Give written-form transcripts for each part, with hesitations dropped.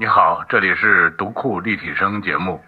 你好，这里是读库立体声节目。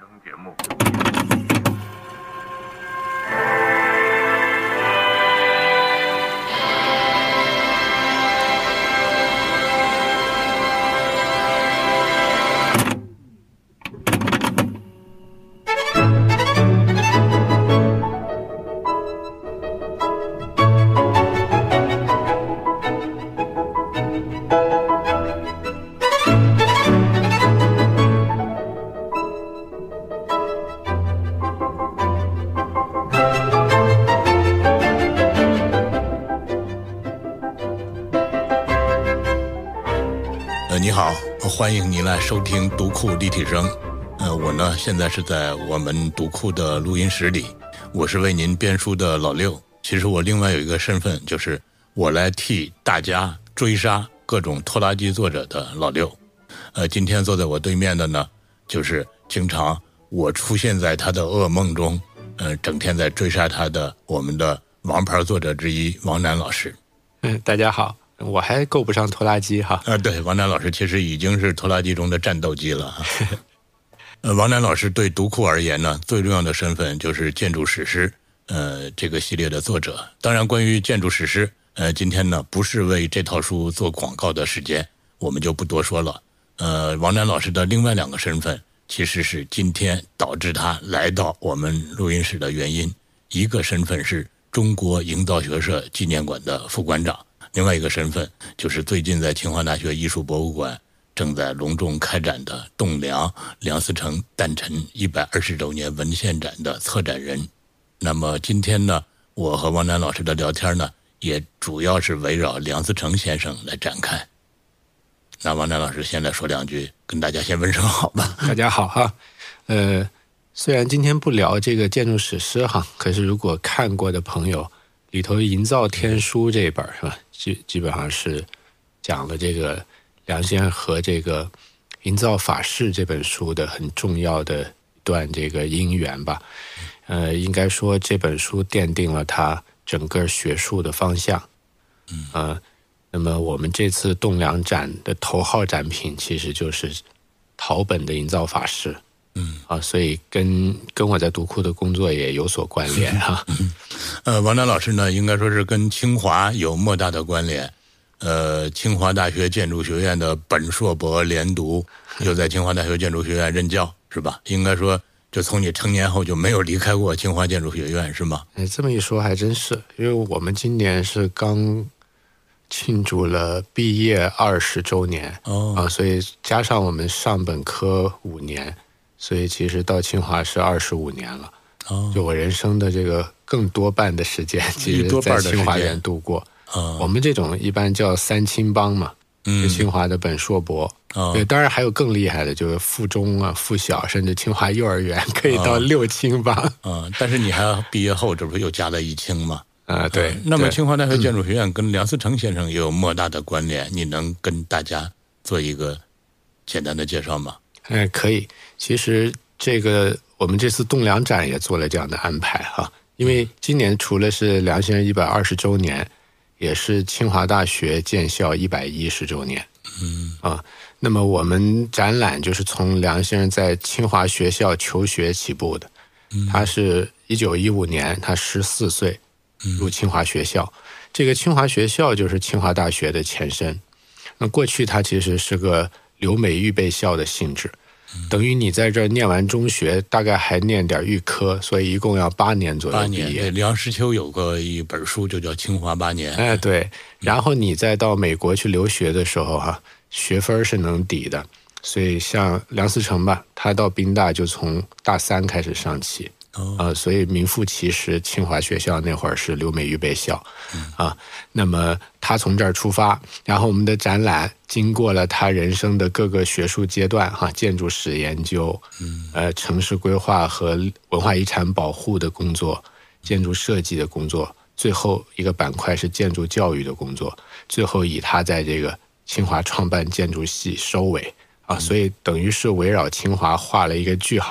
你好，欢迎您来收听读库立体声。我呢现在是在我们读库的录音室里，我是为您编书的老六。其实我另外有一个身份，就是我来替大家追杀各种拖拉机作者的老六。今天坐在我对面的呢，就是经常我出现在他的噩梦中，整天在追杀他的我们的王牌作者之一王楠老师。 大家好。我还够不上拖拉机哈。 对，王楠老师其实已经是拖拉机中的战斗机了。王楠老师对读库而言呢，最重要的身份就是建筑史诗这个系列的作者。当然关于建筑史诗今天呢不是为这套书做广告的时间，我们就不多说了。王楠老师的另外两个身份其实是今天导致他来到我们录音室的原因。一个身份是中国营造学社纪念馆的副馆长，另外一个身份就是最近在清华大学艺术博物馆正在隆重开展的栋梁思成诞辰120周年文献展的策展人。那么今天呢，我和王楠老师的聊天呢，也主要是围绕梁思成先生来展开。那王楠老师先来说两句，跟大家先问声好吧。 大家好哈。虽然今天不聊这个建筑史诗哈，可是如果看过的朋友，里头《营造天书》这一本是吧？基本上是讲了这个梁先生和这个《营造法式》这本书的很重要的一段这个因缘吧。应该说这本书奠定了他整个学术的方向。那么我们这次栋梁展的头号展品其实就是陶本的《营造法式》。所以跟我在读库的工作也有所关联哈。 王楠老师呢，应该说是跟清华有莫大的关联。清华大学建筑学院的本硕博连读，又在清华大学建筑学院任教，是吧？应该说，就从你成年后就没有离开过清华建筑学院，是吗？ 这么一说还真是，因为我们今年是刚庆祝了毕业20周年所以加上我们上本科5年。所以其实到清华是25年了。就我人生的这个更多半的时间其实在清华园度过。我们这种一般叫3青帮嘛，是清华的本硕博。对，当然还有更厉害的，就是附中啊、附小，甚至清华幼儿园可以到6青帮。 但是你还毕业后这不是又加了1青吗？ 对。 那么清华大学建筑学院跟梁思成先生也有莫大的关联，你能跟大家做一个简单的介绍吗？ 可以。其实这个我们这次栋梁展也做了这样的安排哈，因为今年除了是梁先生120周年，也是清华大学建校110周年。那么我们展览就是从梁先生在清华学校求学起步的。他是1915年，他14岁入清华学校。这个清华学校就是清华大学的前身。那过去它其实是个留美预备校的性质。等于你在这儿念完中学，大概还念点预科，所以一共要8年左右毕业。 8年，梁实秋有过一本书就叫《清华8年》。 对。然后你再到美国去留学的时候学分是能抵的。所以像梁思成吧，他到宾大就从大3开始上起。所以名副其实，清华学校那会儿是留美预备校。那么他从这儿出发，然后我们的展览经过了他人生的各个学术阶段建筑史研究，城市规划和文化遗产保护的工作，建筑设计的工作，最后一个板块是建筑教育的工作，最后以他在这个清华创办建筑系收尾。所以等于是围绕清华画了一个句号。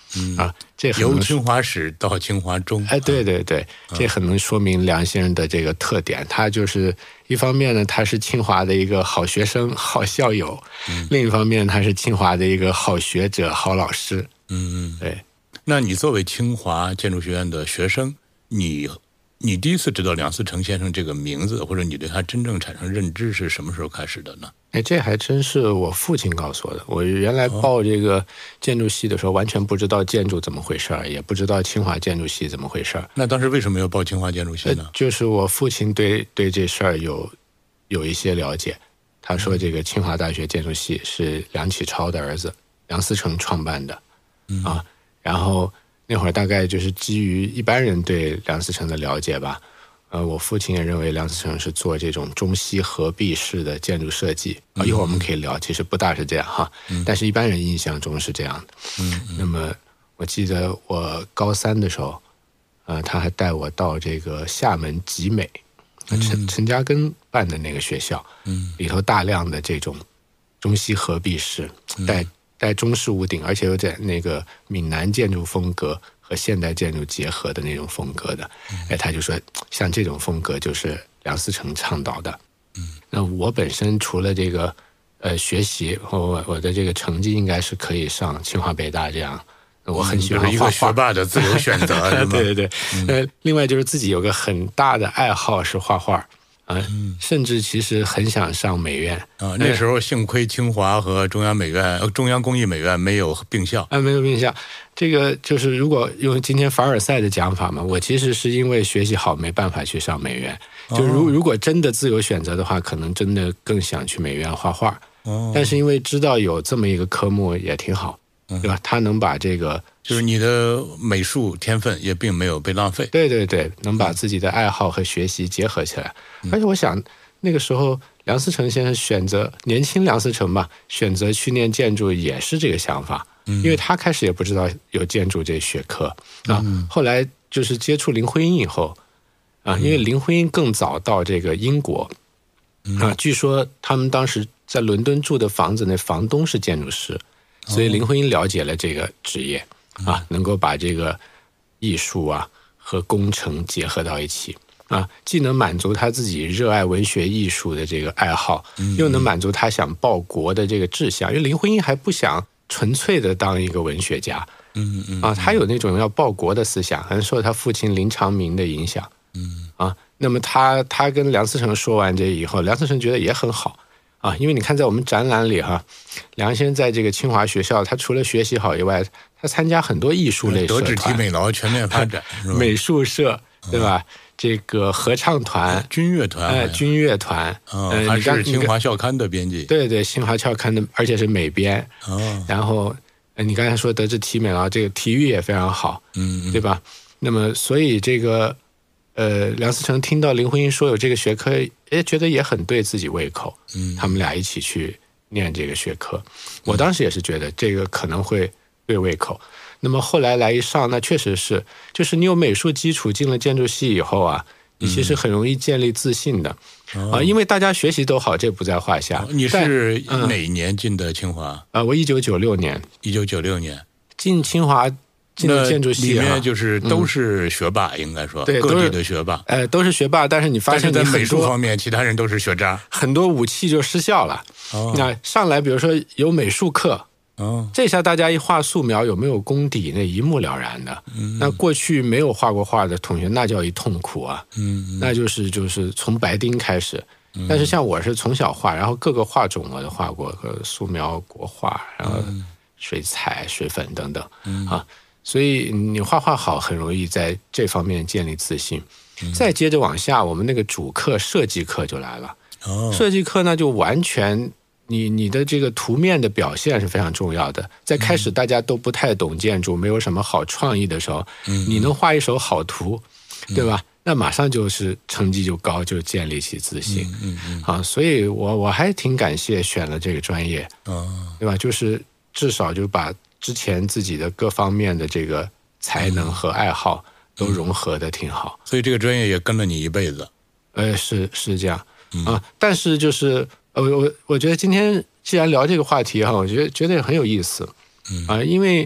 这很由清华始到清华中。 对对对，这很能说明梁先生的这个特点。他就是一方面呢，他是清华的一个好学生、好校友；另一方面，他是清华的一个好学者、好老师。对。 那你作为清华建筑学院的学生，你第一次知道梁思成先生这个名字，或者你对他真正产生认知是什么时候开始的呢？ 这还真是我父亲告诉我的。我原来报这个建筑系的时候，完全不知道建筑怎么回事，也不知道清华建筑系怎么回事。 那当时为什么要报清华建筑系呢？ 就是我父亲对这事儿有一些了解。他说这个清华大学建筑系是梁启超的儿子梁思成创办的，然后那会儿大概就是基于一般人对梁思成的了解吧，我父亲也认为梁思成是做这种中西合璧式的建筑设计，一会儿我们可以聊，其实不大是这样哈，但是一般人印象中是这样的。那么我记得我高3的时候，他还带我到这个厦门集美，陈嘉庚办的那个学校，里头大量的这种中西合璧式，带中式屋顶，而且有点那个闽南建筑风格和现代建筑结合的那种风格的。他就说像这种风格就是梁思成倡导的。那我本身除了这个学习，我的这个成绩应该是可以上清华北大这样。我很喜欢画画， 一个学霸的自由选择。 对对对。另外就是自己有个很大的爱好是画画。甚至其实很想上美院那时候幸亏清华和中央工艺美院没有并校。 没有并校。这个就是如果用今天凡尔赛的讲法嘛，我其实是因为学习好没办法去上美院。就如果真的自由选择的话，可能真的更想去美院画画。但是因为知道有这么一个科目也挺好，对吧？他能把这个就是你的美术天分也并没有被浪费。 对对对，能把自己的爱好和学习结合起来。而且我想那个时候梁思成先生选择年轻梁思成吧，选择去念建筑也是这个想法。因为他开始也不知道有建筑这学科后来就是接触林徽因以后因为林徽因更早到这个英国据说他们当时在伦敦住的房子那房东是建筑师，所以林徽因了解了这个职业能够把这个艺术和工程结合到一起既能满足他自己热爱文学艺术的这个爱好，又能满足他想报国的这个志向。因为林徽因还不想纯粹的当一个文学家，他有那种要报国的思想，很受他父亲林长民的影响，那么他跟梁思成说完这以后，梁思成觉得也很好因为你看在我们展览里梁先生在这个清华学校，他除了学习好以外，他参加很多艺术类社团， 德智体美劳全面发展， 美术社对吧？这个合唱团、 军乐团，还是清华校刊的编辑。 对对，清华校刊的，而且是美编。然后你刚才说德智体美劳，这个体育也非常好，对吧？那么所以这个梁思成听到林徽因说有这个学科，觉得也很对自己胃口。他们俩一起去念这个学科，我当时也是觉得这个可能会对胃口。那么后来来一上，那确实是，就是你有美术基础，进了建筑系以后你其实很容易建立自信的因为大家学习都好，这不在话下。 你是哪年进的清华？ 我1996年。 1996年进清华，进了建筑系里面就是都是学霸，应该说对， 各地的学霸， 都是学霸。但是你发现在美术方面，其他人都是学渣， 很多武器就失效了。那上来比如说有美术课。这下大家一画素描有没有功底，那一目了然的。那过去没有画过画的同学，那叫一痛苦那就是从白丁开始。但是像我是从小画，然后各个画种我都画过，素描、国画，然后水彩、水粉等等所以你画画好，很容易在这方面建立自信。再接着往下，我们那个主课设计课就来了。设计课呢，就完全。你的这个图面的表现是非常重要的。在开始大家都不太懂建筑，没有什么好创意的时候，你能画一手好图，对吧？那马上就是成绩就高，就建立起自信。所以我还挺感谢选了这个专业，对吧？就是至少就把之前自己的各方面的这个才能和爱好都融合的挺好。 所以这个专业也跟了你一辈子。 是这样但是就是我觉得今天既然聊这个话题我觉得也很有意思因为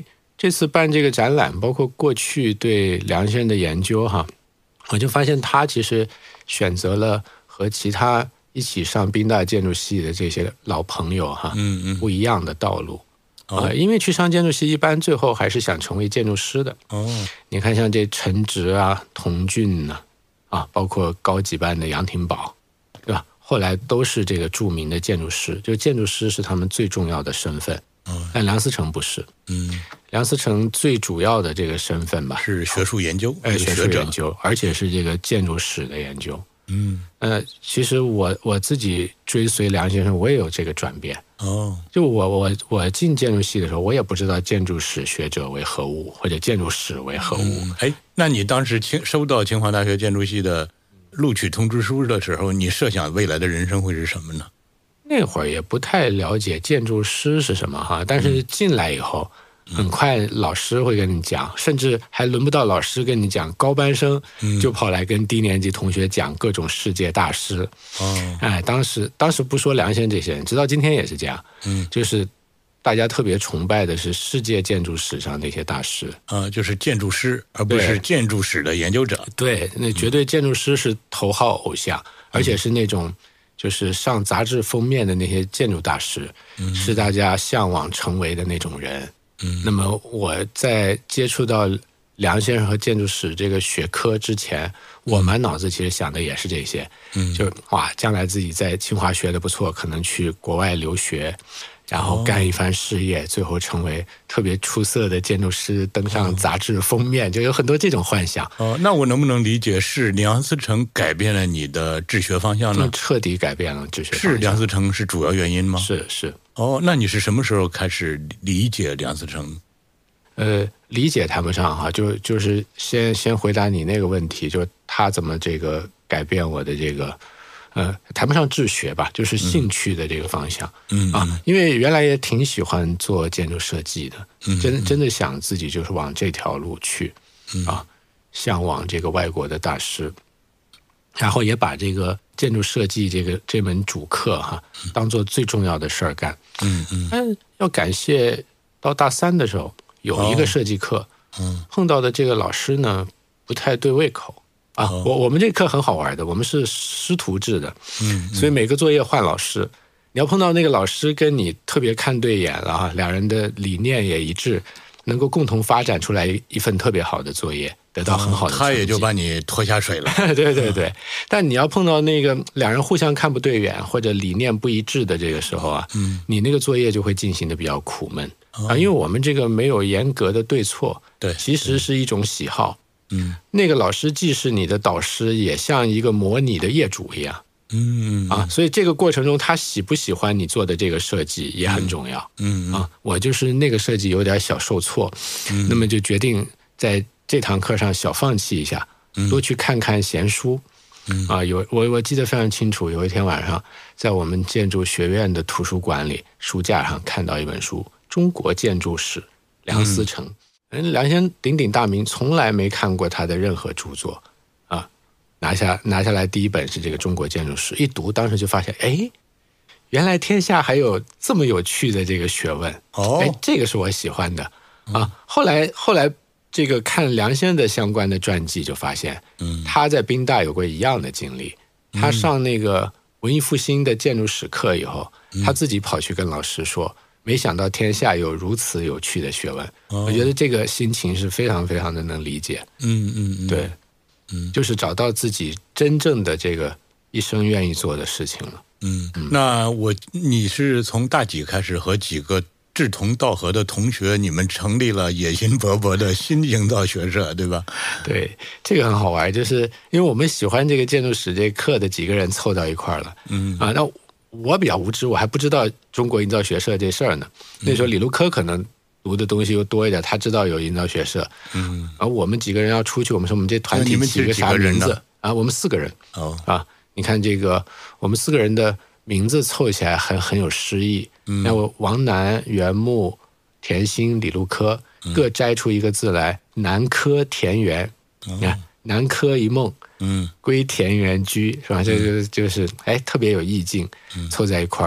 这次办这个展览，包括过去对梁先生的研究哈，我就发现他其实选择了和其他一起上宾大建筑系的这些老朋友哈，不一样的道路。因为去上建筑系一般最后还是想成为建筑师的。你看像这陈植啊、童俊啊，包括高级班的杨廷宝，对吧？后来都是这个著名的建筑师，就建筑师是他们最重要的身份。但梁思成不是。梁思成最主要的这个身份吧， 是学术研究， 学术研究，而且是这个建筑史的研究。其实我自己追随梁先生，我也有这个转变。就我进建筑系的时候，我也不知道建筑史学者为何物，或者建筑史为何物。 那你当时收到清华大学建筑系的录取通知书的时候，你设想未来的人生会是什么呢？ 那会儿也不太了解建筑师是什么哈，但是进来以后，很快老师会跟你讲，甚至还轮不到老师跟你讲，高班生就跑来跟低年级同学讲各种世界大师。当时不说梁先生这些人，直到今天也是这样。就是大家特别崇拜的是世界建筑史上那些大师。 就是建筑师，而不是建筑史的研究者。 对，那绝对建筑师是头号偶像，而且是那种就是上杂志封面的那些建筑大师，是大家向往成为的那种人。那么我在接触到梁先生和建筑史这个学科之前，我满脑子其实想的也是这些。就将来自己在清华学的不错，可能去国外留学，然后干一番事业，最后成为特别出色的建筑师，登上杂志封面，就有很多这种幻想。 那我能不能理解是梁思成改变了你的治学方向呢？ 彻底改变了治学方向。 是梁思成是主要原因吗？ 是。 那你是什么时候开始理解梁思成？ 理解谈不上哈，就是先回答你那个问题，就他怎么这个改变我的这个谈不上治学吧，就是兴趣的这个方向。因为原来也挺喜欢做建筑设计的，真的想自己就是往这条路去向往这个外国的大师，然后也把这个建筑设计这门主课当做最重要的事儿干。但要感谢到大3的时候有一个设计课，碰到的这个老师呢不太对胃口。我们这课很好玩的，我们是师徒制的，所以每个作业换老师。你要碰到那个老师跟你特别看对眼了两人的理念也一致，能够共同发展出来一份特别好的作业，得到很好的成绩， 他也就把你拖下水了。 对。但你要碰到那个两人互相看不对眼或者理念不一致的这个时候你那个作业就会进行的比较苦闷因为我们这个没有严格的对错， 对， 其实是一种喜好。那个老师既是你的导师，也像一个模拟的业主一样。所以这个过程中他喜不喜欢你做的这个设计也很重要。我就是那个设计有点小受挫，那么就决定在这堂课上小放弃一下，多去看看闲书。我记得非常清楚，有一天晚上在我们建筑学院的图书馆里书架上看到一本书《中国建筑史》，梁思成。梁先生鼎鼎大名，从来没看过他的任何著作拿下来第一本是这个《中国建筑史》，一读当时就发现，原来天下还有这么有趣的这个学问。这个是我喜欢的后来这个看梁先生的相关的传记，就发现他在宾大有过一样的经历。他上那个文艺复兴的建筑史课以后，他自己跑去跟老师说，没想到天下有如此有趣的学问。我觉得这个心情是非常非常的能理解。对，就是找到自己真正的这个一生愿意做的事情了。 那你是从大几开始和几个志同道合的同学，你们成立了野心勃勃的新营造学社，对吧？ 对，这个很好玩，就是因为我们喜欢这个建筑史这课的几个人凑到一块了。那我比较无知，我还不知道中国营造学社这事儿呢。那时候李路科可能读的东西又多一点，他知道有营造学社。而我们几个人要出去，我们说我们这团体起个啥名字我们4个人。你看这个我们4个人的名字凑起来很有诗意。那我王楠、袁牧、田心、李路科各摘出一个字来，南柯田园。你看南柯一梦，归田园居，是吧？这个就是特别有意境，凑在一块儿。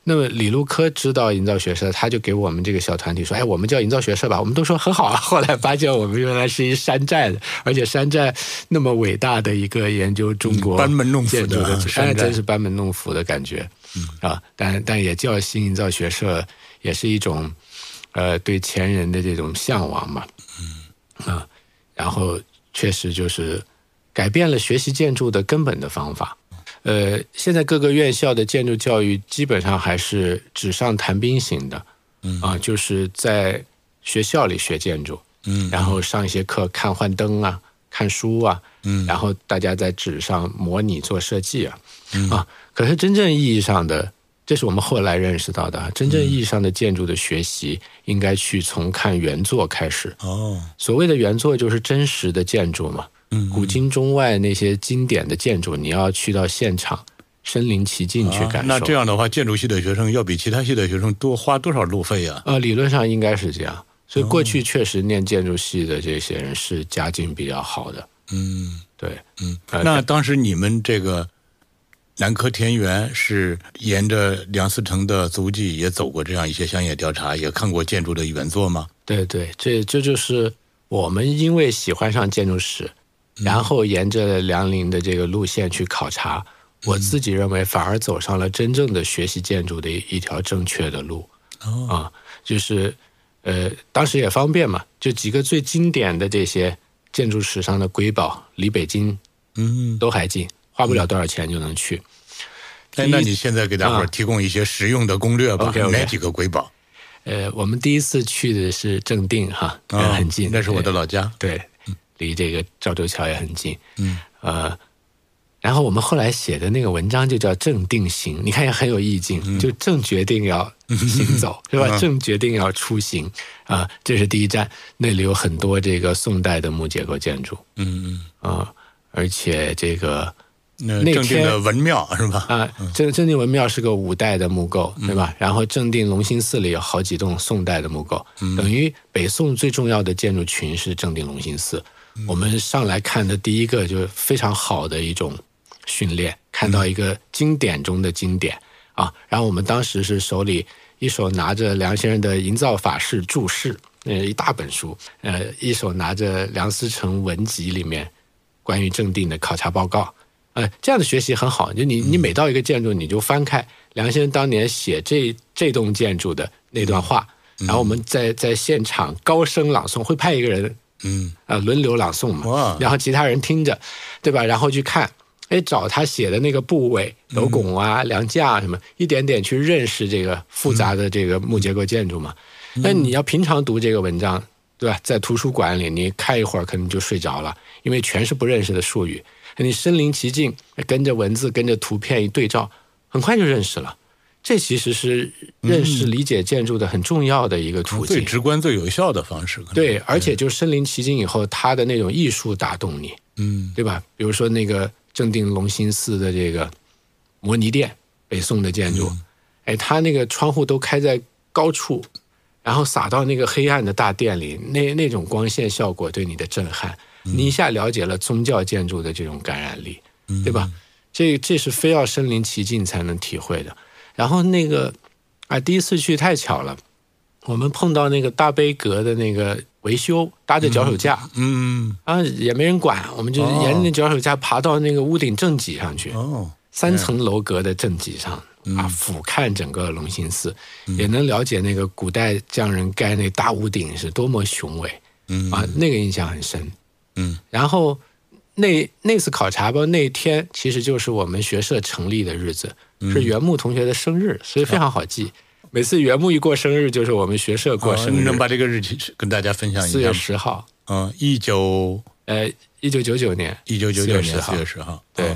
那么李路科知道营造学社，他就给我们这个小团体说：“哎，我们叫营造学社吧。”我们都说很好啊。后来发现我们原来是一山寨的，而且山寨那么伟大的一个研究中国班门弄斧建筑的山寨， 真是班门弄斧的感觉啊！但也叫新营造学社，也是一种对前人的这种向往嘛。然后确实就是改变了学习建筑的根本的方法。现在各个院校的建筑教育基本上还是纸上谈兵型的，就是在学校里学建筑，然后上一些课看幻灯啊，看书啊，然后大家在纸上模拟做设计啊，可是真正意义上的，这是我们后来认识到的，真正意义上的建筑的学习应该去从看原作开始。所谓的原作就是真实的建筑嘛。古今中外那些经典的建筑，你要去到现场身临其境去感受。 那这样的话，建筑系的学生要比其他系的学生多花多少路费呀？ 理论上应该是这样。所以过去确实念建筑系的这些人是家境比较好的。对， 那当时你们这个南科田园是沿着梁思成的足迹也走过这样一些乡野调查，也看过建筑的原作吗？ 对，这就是我们因为喜欢上建筑史，然后沿着梁林的这个路线去考察，我自己认为反而走上了真正的学习建筑的一条正确的路。就是当时也方便嘛，就几个最经典的这些建筑史上的瑰宝，离北京都还近，花不了多少钱就能去。 那你现在给大伙儿提供一些实用的攻略吧，哪几个瑰宝？ 我们第一次去的是正定哈，很近， 那是我的老家。 对，离这个赵州桥也很近。然后我们后来写的那个文章就叫正定行，你看也很有意境，就正决定要行走，是吧？正决定要出行这是第一站，那里有很多这个宋代的木结构建筑。而且这个正定的文庙是吧？ 正定文庙是个5代的木构，对吧？然后正定隆兴寺里有好几栋宋代的木构，等于北宋最重要的建筑群是正定隆兴寺。我们上来看的第一个就是非常好的一种训练，看到一个经典中的经典然后我们当时是手里一手拿着梁先生的《营造法式注释》一大本书，一手拿着梁思成文集里面关于正定的考察报告。这样的学习很好，就你每到一个建筑，你就翻开梁先生当年写这栋建筑的那段话，然后我们在现场高声朗诵，会派一个人轮流朗诵嘛，然后其他人听着，对吧？然后去看，找他写的那个部位、斗拱啊、梁架啊什么，一点点去认识这个复杂的这个木结构建筑嘛。那你要平常读这个文章，对吧？在图书馆里，你看一会儿可能就睡着了，因为全是不认识的术语。你身临其境，跟着文字、跟着图片一对照，很快就认识了。这其实是认识、理解建筑的很重要的一个途径， 最直观、最有效的方式。 对，而且就身临其境以后，他的那种艺术打动你，对吧？比如说那个正定隆兴寺的这个摩尼殿，北宋的建筑，它那个窗户都开在高处，然后洒到那个黑暗的大殿里，那种光线效果对你的震撼。你一下了解了宗教建筑的这种感染力，对吧？这是非要身临其境才能体会的。然后那个第一次去太巧了，我们碰到那个大悲阁的那个维修，搭着脚手架，也没人管，我们就沿着那脚手架爬到那个屋顶正脊上去，3层楼阁的正脊上俯瞰整个隆兴寺，也能了解那个古代匠人盖那大屋顶是多么雄伟，那个印象很深。然后那次考察吧，那天其实就是我们学社成立的日子，是袁牧同学的生日，所以非常好记。每次袁牧一过生日，就是我们学社过生日。 你能把这个日期跟大家分享一下吗？4 月10号。1999年。 1999年4月10号。 对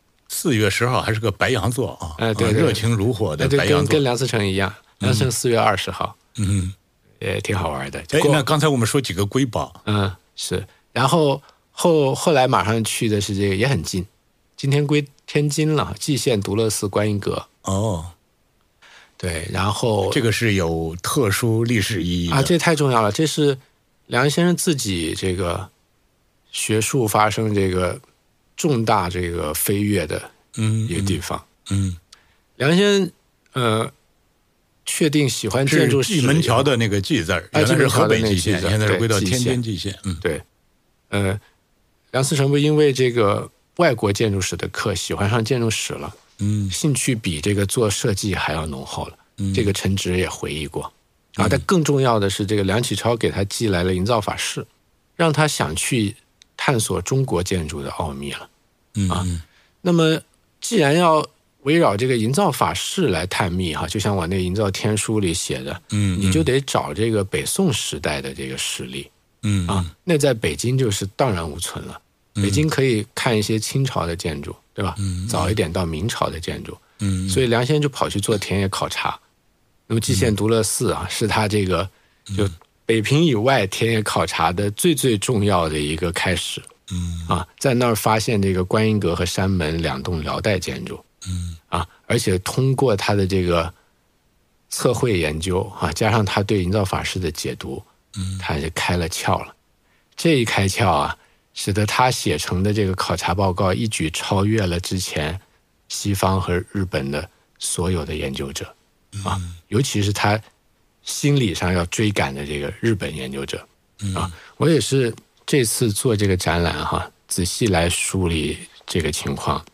，4月10号还是个白羊座对， 热情如火的白羊座， 跟梁思成一样。梁思成4月20号。也挺好玩的。 那刚才我们说几个瑰宝。 是。然后后来马上去的是这个也很近，今天归天津了，蓟县独乐寺观音阁。对，然后这个是有特殊历史意义的这太重要了。这是梁先生自己这个学术发生这个重大这个飞跃的一个地方。梁先生确定喜欢建筑史， 蓟门桥的那个蓟字儿，原来是河北蓟县，现在是归到天津蓟县。 对，梁思成不因为这个外国建筑史的课喜欢上建筑史了，兴趣比这个做设计还要浓厚了。这个陈直也回忆过啊。但更重要的是，这个梁启超给他寄来了营造法式，让他想去探索中国建筑的奥秘了。那么既然要围绕这个营造法式来探秘哈，就像我那营造天书里写的，你就得找这个北宋时代的这个实例。那在北京就是荡然无存了。北京可以看一些清朝的建筑，对吧？早一点到明朝的建筑。所以梁先生就跑去做田野考察。那么蓟县独乐寺啊，是他这个就北平以外田野考察的最重要的一个开始。在那儿发现这个观音阁和山门2栋辽代建筑。而且通过他的这个测绘研究啊，加上他对营造法式的解读，他就开了窍了。这一开窍啊，使得他写成的这个考察报告一举超越了之前西方和日本的所有的研究者尤其是他心理上要追赶的这个日本研究者我也是这次做这个展览仔细来梳理这个情况。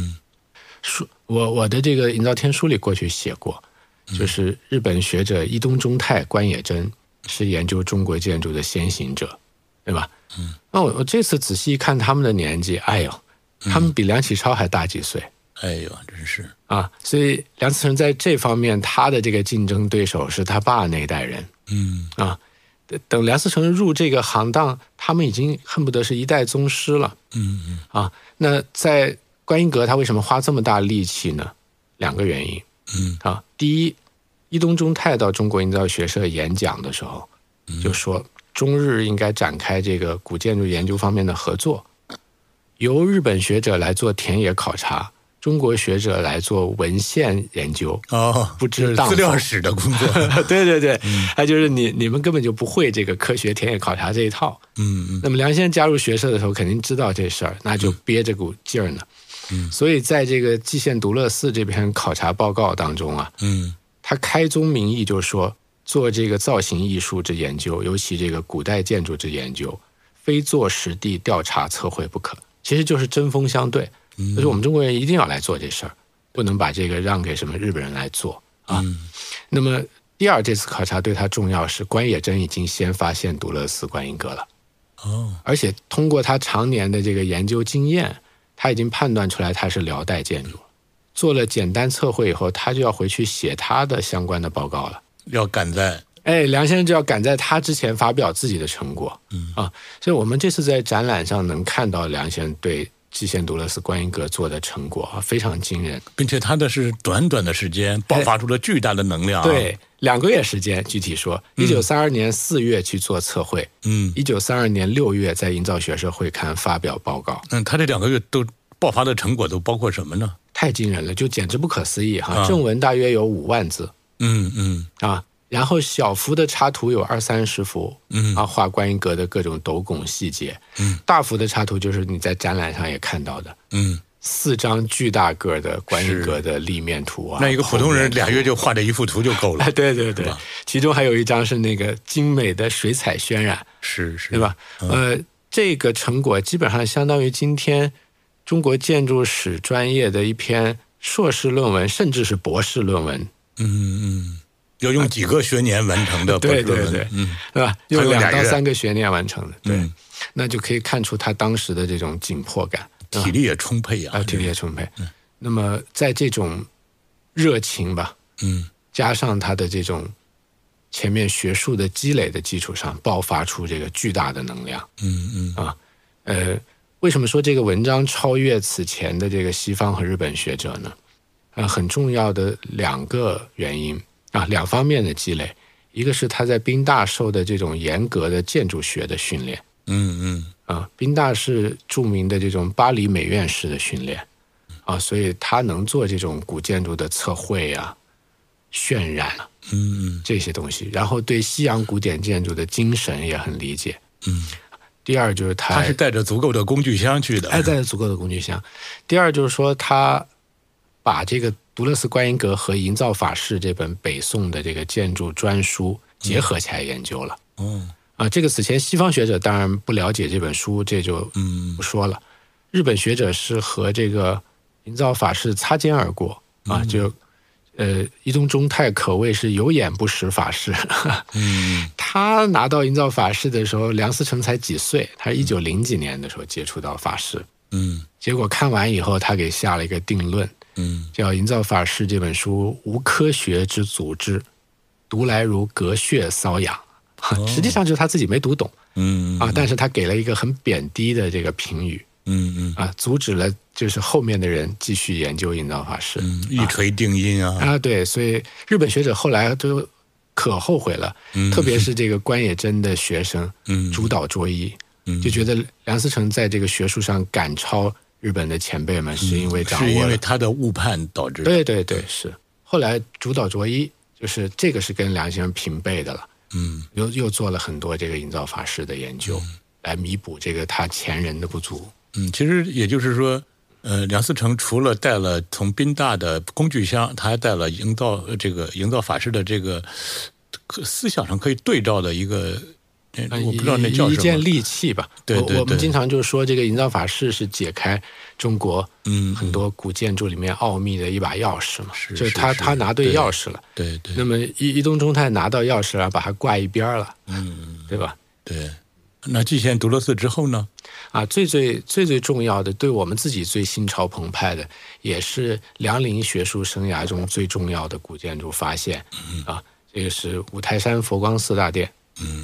我的这个营造天书里过去写过，就是日本学者伊东忠太、关野真是研究中国建筑的先行者，对吧？那我这次仔细一看他们的年纪，哎呦，他们比梁启超还大几岁。 哎呦，真是所以梁思成在这方面他的这个竞争对手是他爸那一代人。等梁思成入这个行当，他们已经恨不得是一代宗师了。那在观音阁他为什么花这么大力气呢？2个原因。第一，伊东忠太到中国营造学社演讲的时候，就说中日应该展开这个古建筑研究方面的合作，由日本学者来做田野考察，中国学者来做文献研究。不知当资料史的工作。 对，就是你们根本就不会这个科学田野考察这一套。那么梁先生加入学社的时候肯定知道这事儿，那就憋着股劲儿呢。所以在这个蓟县独乐寺这篇考察报告当中他开宗明义就说，做这个造型艺术之研究，尤其这个古代建筑之研究，非做实地调查测绘不可。其实就是针锋相对，就是我们中国人一定要来做这事儿，不能把这个让给什么日本人来做那么第二，这次考察对他重要是关野真已经先发现独乐寺观音阁了。而且通过他常年的这个研究经验，他已经判断出来它是辽代建筑。做了简单测绘以后，他就要回去写他的相关的报告了。 要赶在梁先生就要赶在他之前发表自己的成果。所以我们这次在展览上能看到梁先生对蓟县独乐寺观音阁做的成果非常惊人， 并且他的是短短的时间爆发出了巨大的能量。 对，2个月时间，具体说1932年4月去做测绘，1932年6月在营造学社会刊发表报告。 他这2个月都爆发的成果都包括什么呢？ 太惊人了，就简直不可思议正文大约有5万字。然后小幅的插图有20-30幅，画观音阁的各种斗拱细节。大幅的插图就是你在展览上也看到的，4张巨大个的观音阁的立面图那一个普通人2月就画这一幅图就够了。 对，其中还有一张是那个精美的水彩渲染， 是， 对吧？这个成果基本上相当于今天中国建筑史专业的一篇硕士论文，甚至是博士论文。 要用几个学年完成的博士论文。 对吧？用2到3个学年完成的。对，那就可以看出他当时的这种紧迫感， 体力也充沛体力也充沛。那么在这种热情吧，加上他的这种前面学术的积累的基础上，爆发出这个巨大的能量。为什么说这个文章超越此前的这个西方和日本学者呢？很重要的2个原因2方面的积累，一个是他在宾大受的这种严格的建筑学的训练。宾大是著名的这种巴黎美院式的训练所以他能做这种古建筑的测绘渲染这些东西，然后对西洋古典建筑的精神也很理解。第二就是他是带着足够的工具箱去的， 带着足够的工具箱。第二就是说他把这个独乐寺观音阁和营造法式这本北宋的这个建筑专书结合起来研究了。这个此前西方学者当然不了解这本书，这就不说了。日本学者是和这个营造法式擦肩而过就伊东忠太可谓是有眼不识法式。他拿到营造法式的时候，梁思成才几岁，他是1900几年的时候接触到法式。结果看完以后，他给下了一个定论，叫《营造法式》这本书无科学之组织，读来如隔血瘙痒。实际上就是他自己没读懂，但是他给了一个很贬低的这个评语，阻止了就是后面的人继续研究营造法式， 一锤定音对，所以日本学者后来都可后悔了，特别是这个关野真的学生竹岛卓一，就觉得梁思成在这个学术上赶超日本的前辈们，是因为掌握了， 是因为他的误判导致的。 对，是。后来竹岛卓一就是这个是跟梁先生平辈的了，又做了很多这个营造法式的研究，来弥补这个他前人的不足。 其实也就是说，梁思成除了带了从宾大的工具箱，他还带了营造法式的这个思想上可以对照的一个。我不知道那叫什么， 一件利器吧。 对， 我们经常就说这个营造法式是解开中国很多古建筑里面奥秘的一把钥匙嘛，就是他拿对钥匙了。 对。 那么伊东忠太拿到钥匙了，把它挂一边了，对吧？ 对。那蓟县独乐寺之后呢？ 最重要的，对我们自己最心潮澎湃的，也是梁林学术生涯中最重要的古建筑发现这个是五台山佛光寺大殿。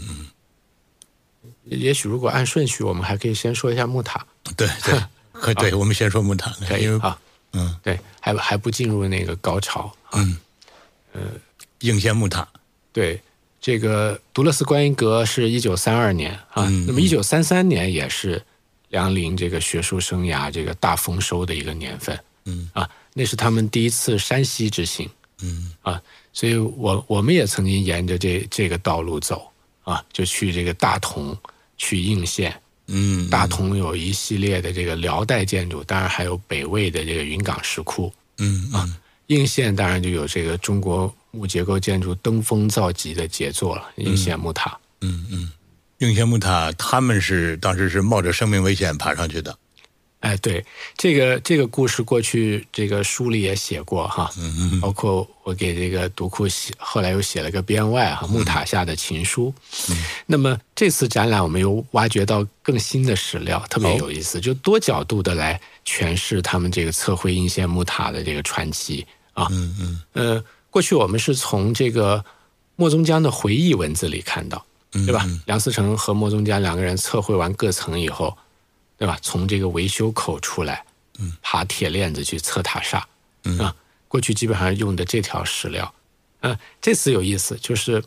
也许如果按顺序，我们还可以先说一下木塔。 对，对，我们先说木塔，因为对，还不进入那个高潮应县木塔。 对，这个独乐寺观音阁是1932年那么1933年也是梁林这个学术生涯这个大丰收的一个年份。那是他们第一次山西之行。所以我们也曾经沿着这个道路走就去这个大同，去应县。大同有一系列的这个辽代建筑，当然还有北魏的这个云冈石窟。应县当然就有这个中国木结构建筑登峰造极的杰作了，应县木塔。 应县木塔，他们当时是冒着生命危险爬上去的。 对，这个故事过去这个书里也写过包括我给这个读库后来又写了个编外木塔下的情书。那么这次展览我们又挖掘到更新的史料，特别有意思，就多角度的来诠释他们这个测绘应县木塔的这个传奇过去我们是从这个莫宗江的回忆文字里看到，对吧？梁思成和莫宗江两个人测绘完各层以后，对吧？从这个维修口出来，爬铁链子去测塔刹，过去基本上用的这条史料。这次有意思，就是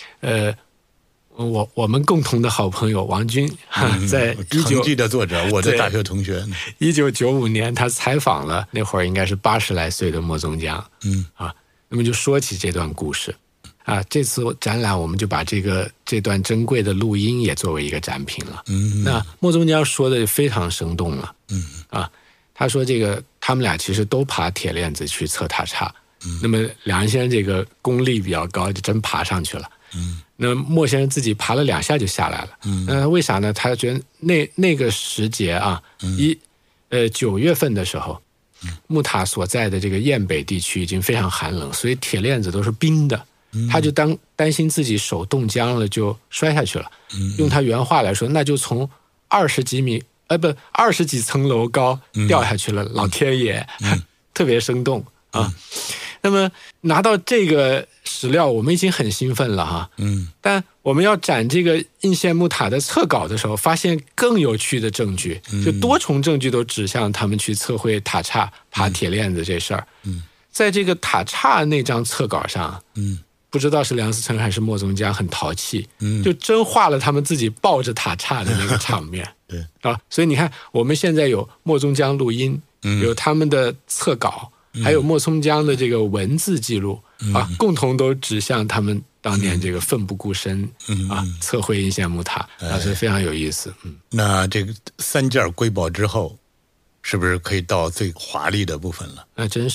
我们共同的好朋友王军在成绩的作者，我的大学同学 ，1995年他采访了那会儿应该是80来岁的莫宗江，那么就说起这段故事。这次展览我们就把这段珍贵的录音也作为一个展品了。那莫宗江说的非常生动了。他说这个他们俩其实都爬铁链子去测塔刹。那么梁先生这个功力比较高，就真爬上去了。那莫先生自己爬了2下就下来了。为啥呢？他觉得那个时节9月份的时候，木塔所在的这个雁北地区已经非常寒冷，所以铁链子都是冰的。他就担心自己手冻僵了就摔下去了。用他原话来说，那就从20几层楼高掉下去了，老天爷，特别生动那么拿到这个史料，我们已经很兴奋了但我们要展这个应县木塔的测稿的时候，发现更有趣的证据，就多重证据都指向他们去测绘塔刹爬铁链子这事儿。在这个塔刹那张测稿上，不知道是梁思成还是莫宗江很淘气，就真画了他们自己抱着塔刹的那个场面。所以你看，我们现在有莫宗江录音，有他们的测稿，还有莫宗江的这个文字记录共同都指向他们当年这个奋不顾身测绘应县木塔所以非常有意思。 那这个3件瑰宝之后，是不是可以到最华丽的部分了？ 那真是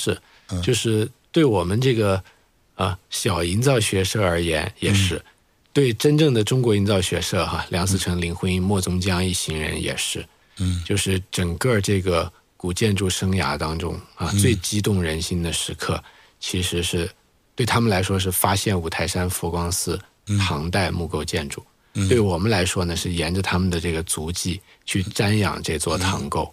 就是对我们这个小营造学社而言也是，对真正的中国营造学社梁思成、林徽因、莫宗江一行人也是，就是整个这个古建筑生涯当中最激动人心的时刻，其实是对他们来说是发现五台山佛光寺唐代木构建筑，对我们来说呢是沿着他们的这个足迹去瞻仰这座唐构。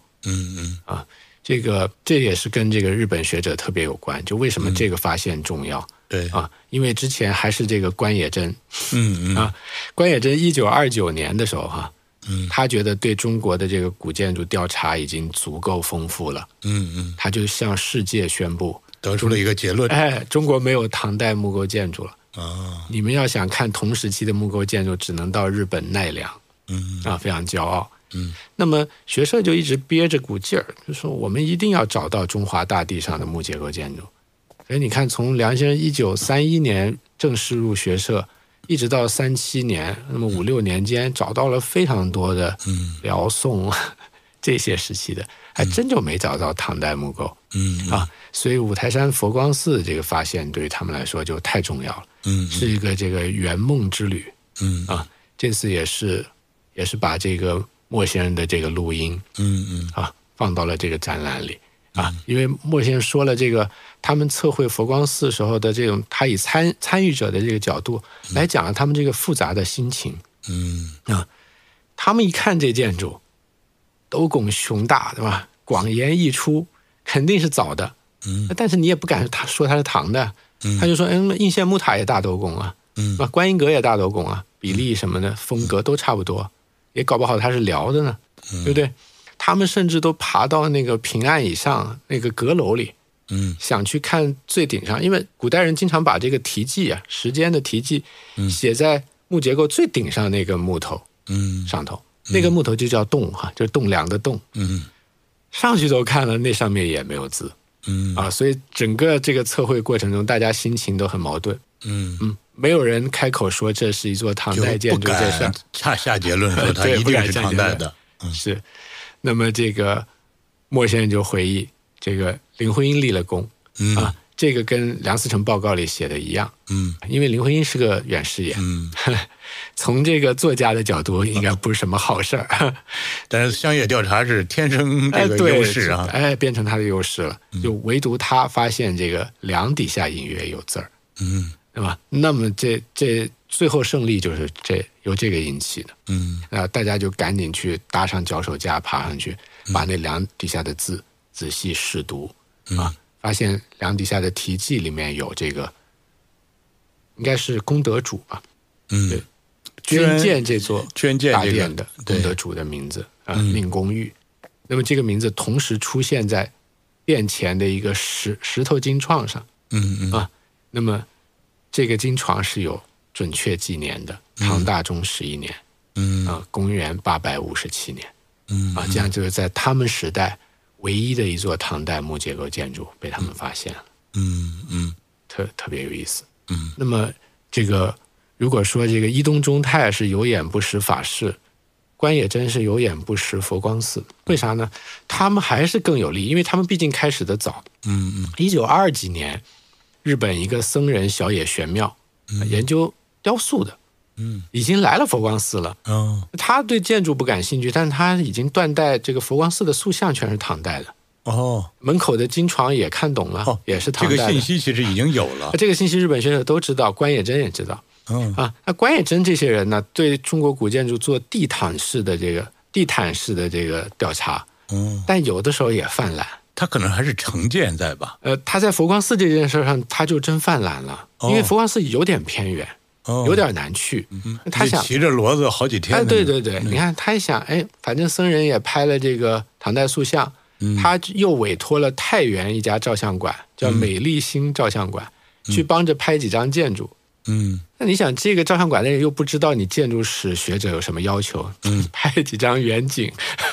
这也是跟这个日本学者特别有关，就为什么这个发现重要？ 对因为之前还是这个关野珍，关野珍1929年的时候他觉得对中国的这个古建筑调查已经足够丰富了，他就向世界宣布， 得出了一个结论， 中国没有唐代木构建筑了，你们要想看同时期的木构建筑，只能到日本奈良，非常骄傲。那么学社就一直憋着股劲儿，就说我们一定要找到中华大地上的木结构建筑。所以你看，从梁先生1931年正式入学社，一直到37年，那么5、6年间，找到了非常多的辽宋这些时期的，还真就没找到唐代木构。所以五台山佛光寺这个发现对于他们来说就太重要了，是一个这个圆梦之旅。这次也是把这个莫先生的这个录音，放到了这个展览里因为莫先生说了这个他们测绘佛光寺时候的这种，他以参与者的这个角度来讲了他们这个复杂的心情。他们一看这建筑，斗拱雄大，对吧？广檐溢出，肯定是早的。但是你也不敢说它是唐的，他就说，应县木塔也大斗拱观音阁也大斗拱比例什么的风格都差不多。也搞不好他是辽的呢，对不对？他们甚至都爬到那个平案以上那个阁楼里，想去看最顶上，因为古代人经常把这个题记时间的题记写在木结构最顶上那个木头上头，那个木头就叫洞就是栋梁的洞。上去都看了，那上面也没有字。所以整个这个测绘过程中，大家心情都很矛盾。没有人开口说这是一座唐代建筑，这事下结论说它一定是唐代的。 是，那么这个莫先生就回忆，这个林徽因立了功这个跟梁思成报告里写的一样。因为林徽因是个远视眼，从这个作家的角度应该不是什么好事儿。 但是商业调查是天生这个优势变成他的优势了。就唯独他发现这个梁底下隐约有字儿。对吧？那么这最后胜利就是由这个引起的。大家就赶紧去搭上脚手架爬上去，把那梁底下的字仔细试读发现梁底下的题记里面有这个，应该是功德主吧？对，捐建这座大殿的功德主的名字宁公玉。那么这个名字同时出现在殿前的一个石头金创上。那么这个金床是有准确纪年的，唐大中11年，公元857年，这样就是在他们时代唯一的一座唐代木结构建筑被他们发现了，特别有意思。那么这个如果说这个伊东忠太是有眼不识法事，关野珍是有眼不识佛光寺，为啥呢？他们还是更有利，因为他们毕竟开始的早。1920几年。日本一个僧人小野玄妙，研究雕塑的，已经来了佛光寺了。他对建筑不感兴趣，但是他已经断代这个佛光寺的塑像全是唐代的。门口的金床也看懂了，也是唐代的。 这个信息其实已经有了。 这个信息日本学者都知道，关野珍也知道。那关野珍这些人呢，对中国古建筑做地毯式的这个调查，但有的时候也泛滥。 他可能还是成见在吧？ 他在佛光寺这件事上，他就真泛滥了，因为佛光寺有点偏远，有点难去。他想骑着骡子好几天。 对，你看他一想，反正僧人也拍了这个唐代塑像，他又委托了太原一家照相馆，叫美丽新照相馆，去帮着拍几张建筑。那你想，这个照相馆的人又不知道你建筑史学者有什么要求，拍几张远景。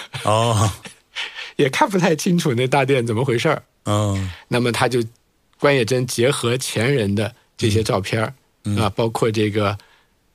也看不太清楚那大殿怎么回事儿。那么他就关野珍结合前人的这些照片包括这个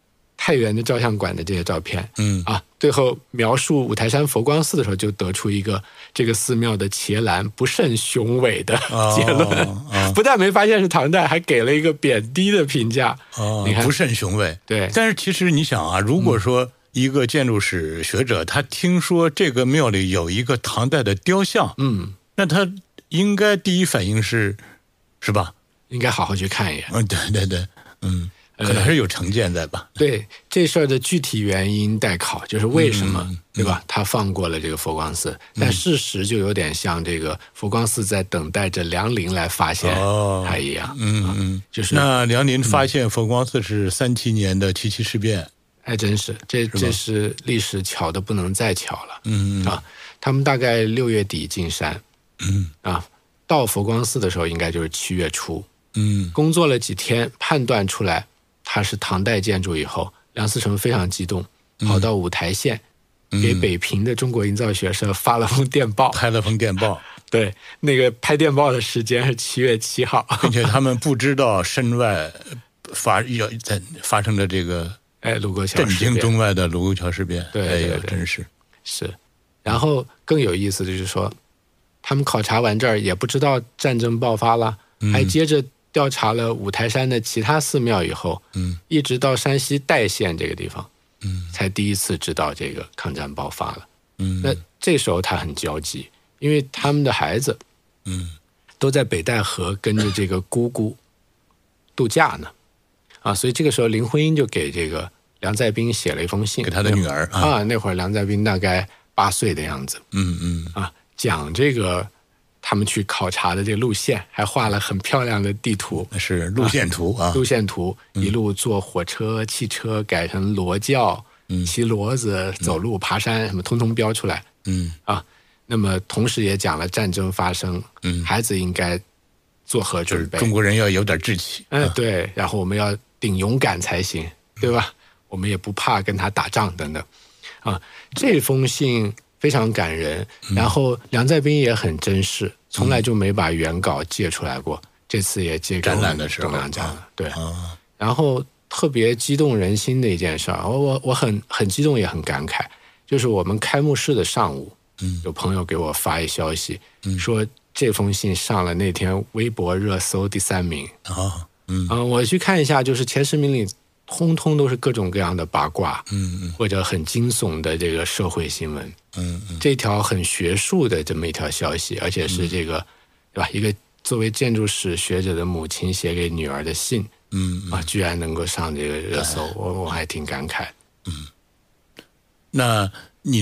太原的照相馆的这些照片，最后描述五台山佛光寺的时候，就得出一个这个寺庙的伽蓝不甚雄伟的结论，不但没发现是唐代，还给了一个贬低的评价。你看不甚雄伟。 对， 但是其实你想啊，如果说一个建筑史学者，他听说这个庙里有一个唐代的雕像，那他应该第一反应是吧？ 应该好好去看一眼。 对，可能还是有成见在吧？ 对，这事儿的具体原因待考，就是为什么，对吧？他放过了这个佛光寺，但事实就有点像这个佛光寺在等待着梁林来发现它一样。就是那梁林发现佛光寺是37年的七七事变， 还真是，这是历史巧的不能再巧了。他们大概6月底进山，到佛光寺的时候应该就是7月初。工作了几天，判断出来它是唐代建筑以后，梁思成非常激动，跑到五台县，给北平的中国营造学社发了封电报， 拍了封电报。 对，那个拍电报的时间是7月7号， 并且他们不知道身外发生的这个卢沟桥震惊中外的卢沟桥事变。 对， 真是。 然后更有意思的就是说，他们考察完这儿也不知道战争爆发了，还接着调查了五台山的其他寺庙以后，一直到山西代县这个地方，才第一次知道这个抗战爆发了。那这时候他很焦急，因为他们的孩子，都在北戴河跟着这个姑姑度假呢，所以这个时候林徽因就给这个梁再彬写了一封信， 给他的女儿那会儿梁再彬大概8岁的样子，讲这个他们去考察的这个路线，还画了很漂亮的地图， 是路线图路线图，一路坐火车、汽车改成骡轿，骑骡子、走路、爬山，什么通通标出来。那么同时也讲了战争发生，孩子应该做何准备？ 中国人要有点志气。 对，然后我们要顶勇敢才行，对吧？我们也不怕跟他打仗等等。这封信非常感人，然后梁再彬也很珍视，从来就没把原稿借出来过，这次也借给展览的时候展了。对，然后特别激动人心的一件事，我很激动也很感慨，就是我们开幕式的上午，有朋友给我发一消息，说这封信上了那天微博热搜第3名。我去看一下，就是前10名里通通都是各种各样的八卦，或者很惊悚的这个社会新闻，这条很学术的这么一条消息，而且是这个，对吧？一个作为建筑史学者的母亲写给女儿的信，居然能够上这个热搜，我还挺感慨。 那你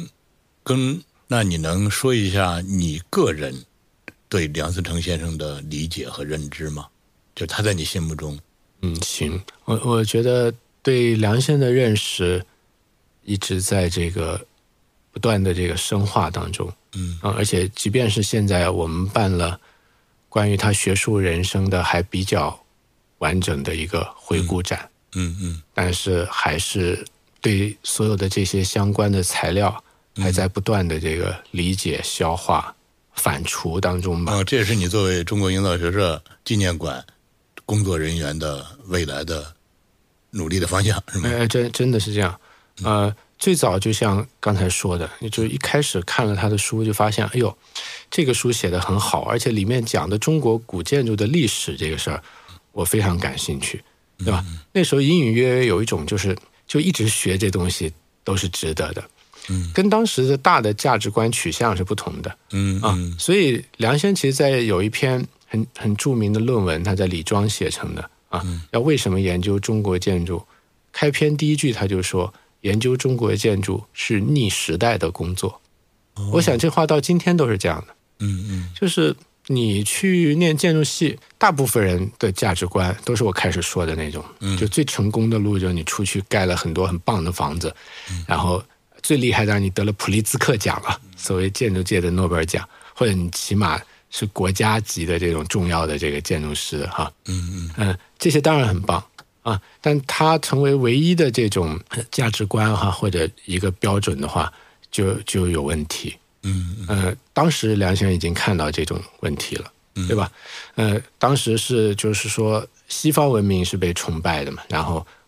能说一下你个人对梁思成先生的理解和认知吗？就他在你心目中。 行，我觉得对梁先生的认识一直在这个不断的这个深化当中，而且即便是现在我们办了关于他学术人生的还比较完整的一个回顾展，但是还是对所有的这些相关的材料还在不断的这个理解、消化、反刍当中吧。 这也是你作为中国营造学社纪念馆工作人员的未来的努力的方向，是吗？ 真的是这样。最早就像刚才说的，就一开始看了他的书，就发现，哎呦，这个书写得很好，而且里面讲的中国古建筑的历史这个事儿，我非常感兴趣，对吧？那时候隐隐约约有一种就一直学这东西都是值得的，跟当时的大的价值观取向是不同的，所以梁先其实在有一篇很著名的论文，他在李庄写成的要为什么研究中国建筑，开篇第一句他就说，研究中国建筑是逆时代的工作。我想这话到今天都是这样的，就是你去念建筑系，大部分人的价值观都是我开始说的那种，就最成功的路就是你出去盖了很多很棒的房子，然后最厉害的你得了普利兹克奖了，所谓建筑界的诺贝尔奖，或者你起码是国家级的这种重要的这个建筑师哈，这些当然很棒但它成为唯一的这种价值观或者一个标准的话，就有问题。当时梁先生已经看到这种问题了，对吧？当时就是说西方文明是被崇拜的嘛，然后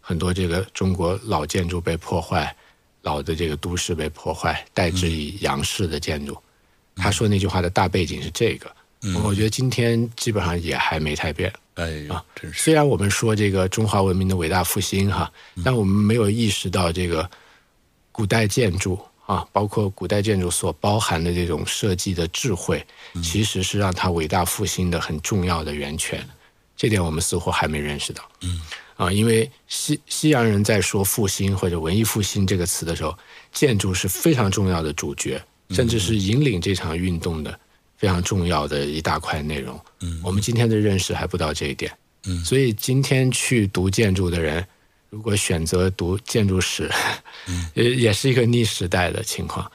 很多这个中国老建筑被破坏，老的这个都市被破坏，代之以洋式的建筑。他说那句话的大背景是这个。我觉得今天基本上也还没太变。 哎呀，真是。 虽然我们说这个中华文明的伟大复兴哈，但我们没有意识到这个古代建筑啊，包括古代建筑所包含的这种设计的智慧，其实是让它伟大复兴的很重要的源泉。这点我们似乎还没认识到。因为西洋人在说复兴或者文艺复兴这个词的时候，建筑是非常重要的主角，甚至是引领这场运动的非常重要的一大块内容。我们今天的认识还不到这一点。所以今天去读建筑的人，如果选择读建筑史，也是一个逆时代的情况。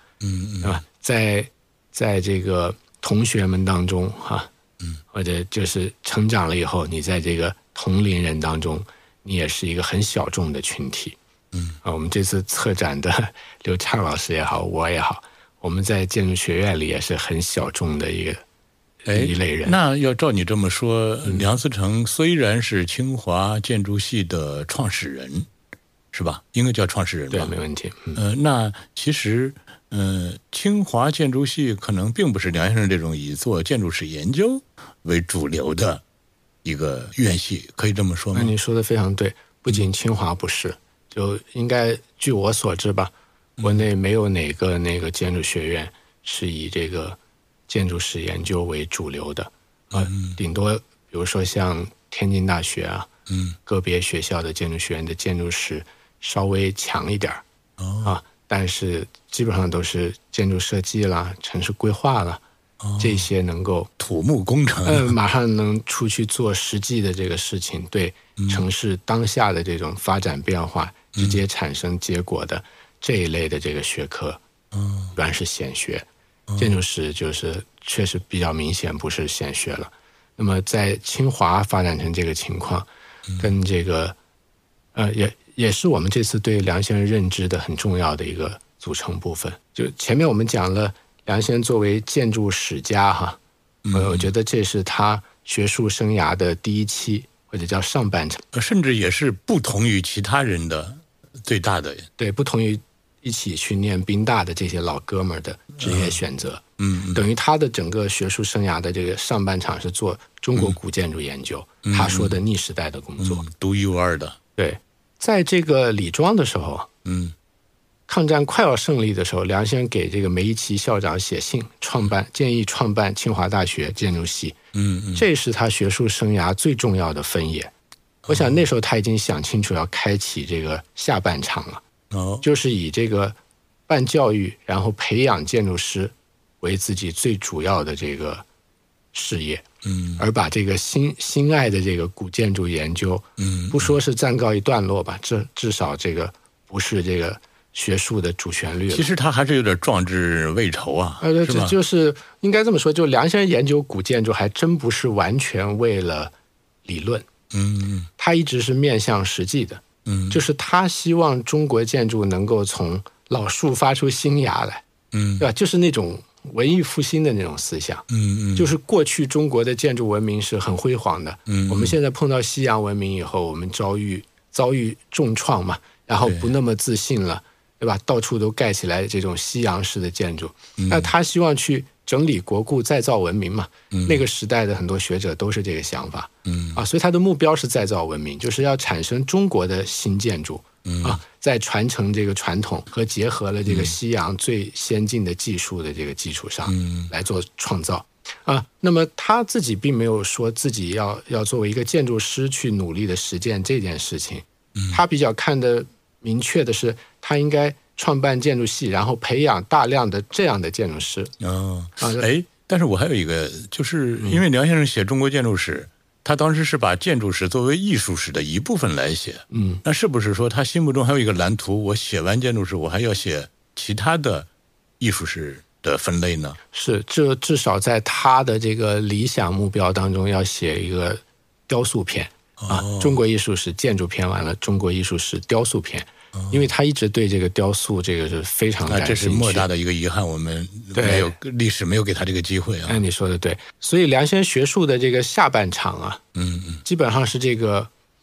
在这个同学们当中或者就是成长了以后，你在这个同龄人当中，你也是一个很小众的群体。我们这次策展的刘畅老师也好，我也好，我们在建筑学院里也是很小众的一类人。 那要照你这么说，梁思成虽然是清华建筑系的创始人，是吧？应该叫创始人吧？ 对，没问题。 那其实清华建筑系可能并不是梁先生这种以做建筑史研究为主流的一个院系，可以这么说吗？ 那你说的非常对，不仅清华不是，就应该据我所知吧，国内没有哪个那个建筑学院是以这个建筑史研究为主流的。顶多比如说像天津大学个别学校的建筑学院的建筑史稍微强一点但是基本上都是建筑设计啦、城市规划啦，这些能够土木工程， 马上能出去做实际的这个事情，对城市当下的这种发展变化直接产生结果的这一类的这个学科，主要是显学。建筑史就是确实比较明显不是显学了。那么在清华发展成这个情况，跟这个也是我们这次对梁先生认知的很重要的一个组成部分。就前面我们讲了梁先生作为建筑史家我觉得这是他学术生涯的第一期，或者叫上半程， 甚至也是不同于其他人的最大的， 对，不同于一起去念宾大的这些老哥们儿的职业选择。等于他的整个学术生涯的这个上半场是做中国古建筑研究，他说的逆时代的工作， 独一无二的。 对，在这个李庄的时候，抗战快要胜利的时候，梁先生给这个梅贻琦校长写信，建议创办清华大学建筑系。这是他学术生涯最重要的分野。我想那时候他已经想清楚要开启这个下半场了，就是以这个办教育，然后培养建筑师为自己最主要的这个事业。而把这个心爱的这个古建筑研究，不说是暂告一段落吧，至少这个不是这个学术的主旋律了。 其实他还是有点壮志未酬啊，是吧？ 就是应该这么说，就梁先生研究古建筑还真不是完全为了理论，他一直是面向实际的，就是他希望中国建筑能够从老树发出新芽来，对吧？就是那种文艺复兴的那种思想，就是过去中国的建筑文明是很辉煌的，我们现在碰到西洋文明以后，我们遭遇重创嘛，然后不那么自信了，对吧？到处都盖起来这种西洋式的建筑，那他希望去整理国故，再造文明嘛。那个时代的很多学者都是这个想法，所以他的目标是再造文明，就是要产生中国的新建筑，在传承这个传统和结合了这个西洋最先进的技术的这个基础上来做创造。那么他自己并没有说自己要作为一个建筑师去努力的实践这件事情，他比较看得明确的是，他应该创办建筑系，然后培养大量的这样的建筑师。 但是我还有一个，就是因为梁先生写中国建筑史，他当时是把建筑史作为艺术史的一部分来写。那是不是说他心目中还有一个蓝图？我写完建筑史，我还要写其他的艺术史的分类呢？ 是，这至少在他的这个理想目标当中，要写一个雕塑篇中国艺术史建筑篇完了，中国艺术史雕塑篇。因为他一直对这个雕塑这个是非常感兴趣， 这是莫大的一个遗憾，我们没有历史没有给他这个机会啊。 你说的对，所以梁先生学术的这个下半场基本上是这个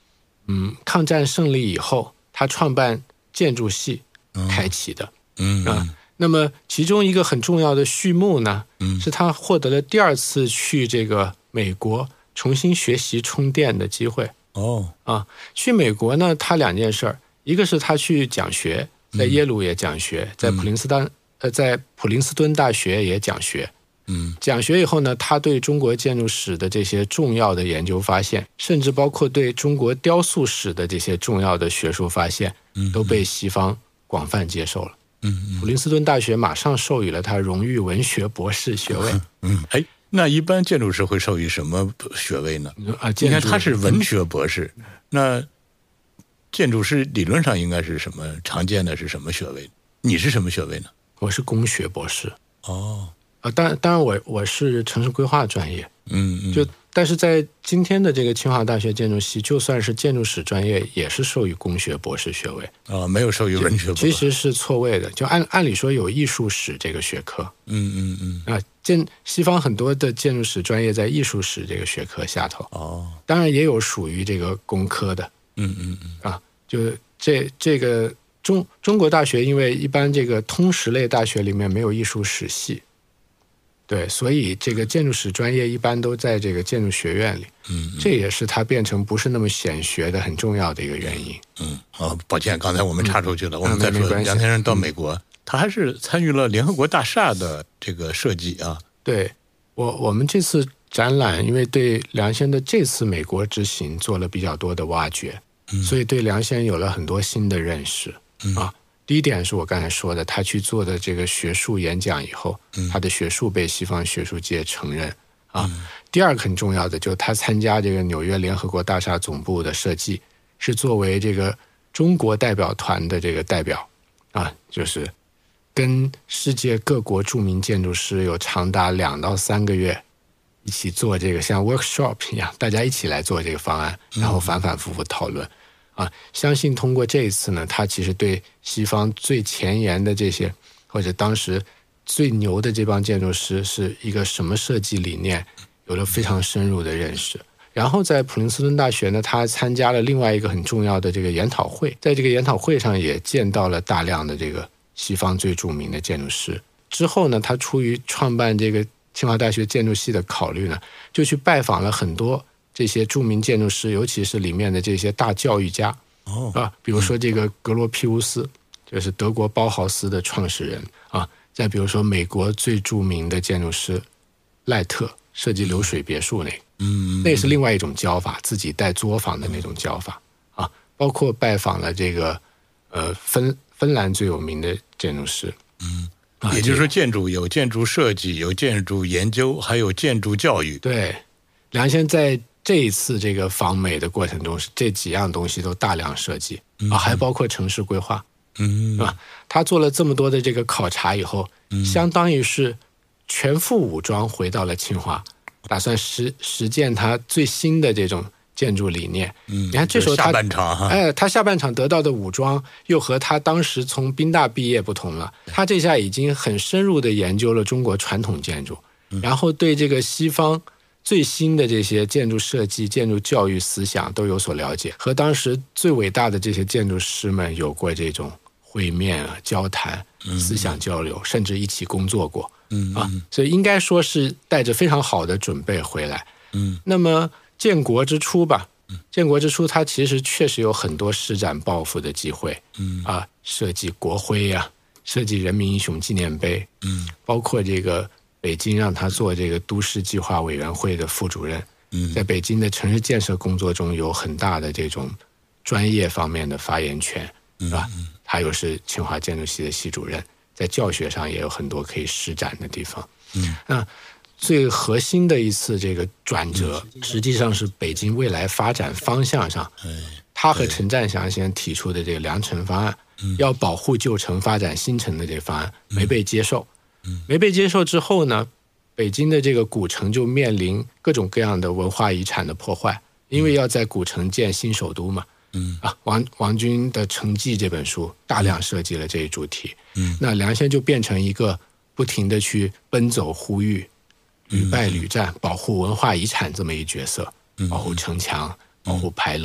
抗战胜利以后，他创办建筑系开启的。那么其中一个很重要的序幕呢，是他获得了第2次去这个美国重新学习充电的机会。去美国呢，他2件事儿，一个是他去讲学，在耶鲁也讲学，在普林斯顿大学也讲学。讲学以后呢，他对中国建筑史的这些重要的研究发现，甚至包括对中国雕塑史的这些重要的学术发现，都被西方广泛接受了。普林斯顿大学马上授予了他荣誉文学博士学位。 那一般建筑师会授予什么学位呢？你看他是文学博士，那建筑师理论上应该是什么？常见的是什么学位？你是什么学位呢？ 我是工学博士。当然我是城市规划专业。但是在今天的这个清华大学建筑系，就算是建筑史专业，也是授予工学博士学位。 没有授予文学博士。 其实是错位的，就按理说有艺术史这个学科。西方很多的建筑史专业在艺术史这个学科下头。当然也有属于这个工科的。就这个中国大学，因为一般这个通识类大学里面没有艺术史系。对，所以这个建筑史专业一般都在这个建筑学院里。这也是它变成不是那么显学的很重要的一个原因。 抱歉，刚才我们插出去了。我们再说，梁先生到美国，他还是参与了联合国大厦的这个设计啊。 对，我们这次展览，因为对梁先的这次美国之行做了比较多的挖掘，所以对梁先有了很多新的认识。第一点是我刚才说的，他去做的这个学术演讲以后，他的学术被西方学术界承认。第二个很重要的，就是他参加这个纽约联合国大厦总部的设计，是作为这个中国代表团的这个代表。就是跟世界各国著名建筑师有长达2到3个月一起做这个像 workshop 一样，大家一起来做这个方案，然后反反复复讨论。相信通过这一次呢，他其实对西方最前沿的这些，或者当时最牛的这帮建筑师是一个什么设计理念，有了非常深入的认识。然后在普林斯顿大学呢，他参加了另外一个很重要的这个研讨会，在这个研讨会上也见到了大量的这个西方最著名的建筑师。之后呢，他出于创办这个清华大学建筑系的考虑呢，就去拜访了很多这些著名建筑师，尤其是里面的这些大教育家。比如说这个格罗皮乌斯，就是德国包豪斯的创始人。再比如说美国最著名的建筑师赖特，设计流水别墅那也是另外一种教法，自己带作坊的那种教法。包括拜访了这个芬兰最有名的建筑师。 也就是说，建筑有建筑设计，有建筑研究，还有建筑教育。 对，梁先在这一次这个访美的过程中，是这几样东西都大量设计。还包括城市规划。他做了这么多的这个考察以后，相当于是全副武装回到了清华，打算实践他最新的这种建筑理念。你看这时候他下半场他下半场得到的武装又和他当时从宾大毕业不同了。他这下已经很深入的研究了中国传统建筑，然后对这个西方最新的这些建筑设计、建筑教育思想都有所了解，和当时最伟大的这些建筑师们有过这种会面交谈、思想交流，甚至一起工作过。所以应该说是带着非常好的准备回来。那么建国之初吧，建国之初他其实确实有很多施展抱负的机会。设计国徽啊，设计人民英雄纪念碑。包括这个北京让他做这个都市计划委员会的副主任。在北京的城市建设工作中有很大的这种专业方面的发言权，是吧？他又是清华建筑系的系主任，在教学上也有很多可以施展的地方。那最核心的一次这个转折，实际上是北京未来发展方向上，他和陈占祥先生提出的这个良城方案，要保护旧城发展新城的这个方案没被接受。没被接受之后呢，北京的这个古城就面临各种各样的文化遗产的破坏，因为要在古城建新首都嘛。王军的《城记》这本书大量涉及了这一主题。那梁先就变成一个不停的去奔走呼吁、屡败屡战，保护文化遗产这么一角色，保护城墙、保护牌楼、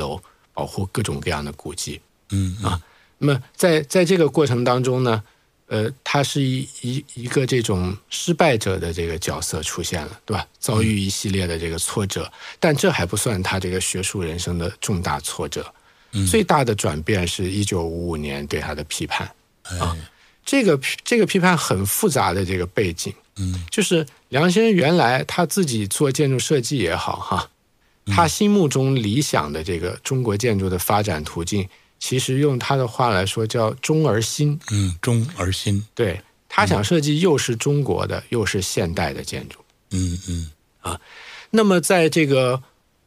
保护各种各样的古迹。那么在这个过程当中呢，他是一个这种失败者的这个角色出现了，对吧？遭遇一系列的这个挫折，但这还不算他这个学术人生的重大挫折。最大的转变是1955年对他的批判这个批判很复杂的这个背景，就是梁先生原来他自己做建筑设计也好哈，他心目中理想的这个中国建筑的发展途径，其实用他的话来说叫中而新。 中而新。 对，他想设计又是中国的又是现代的建筑。那么在这个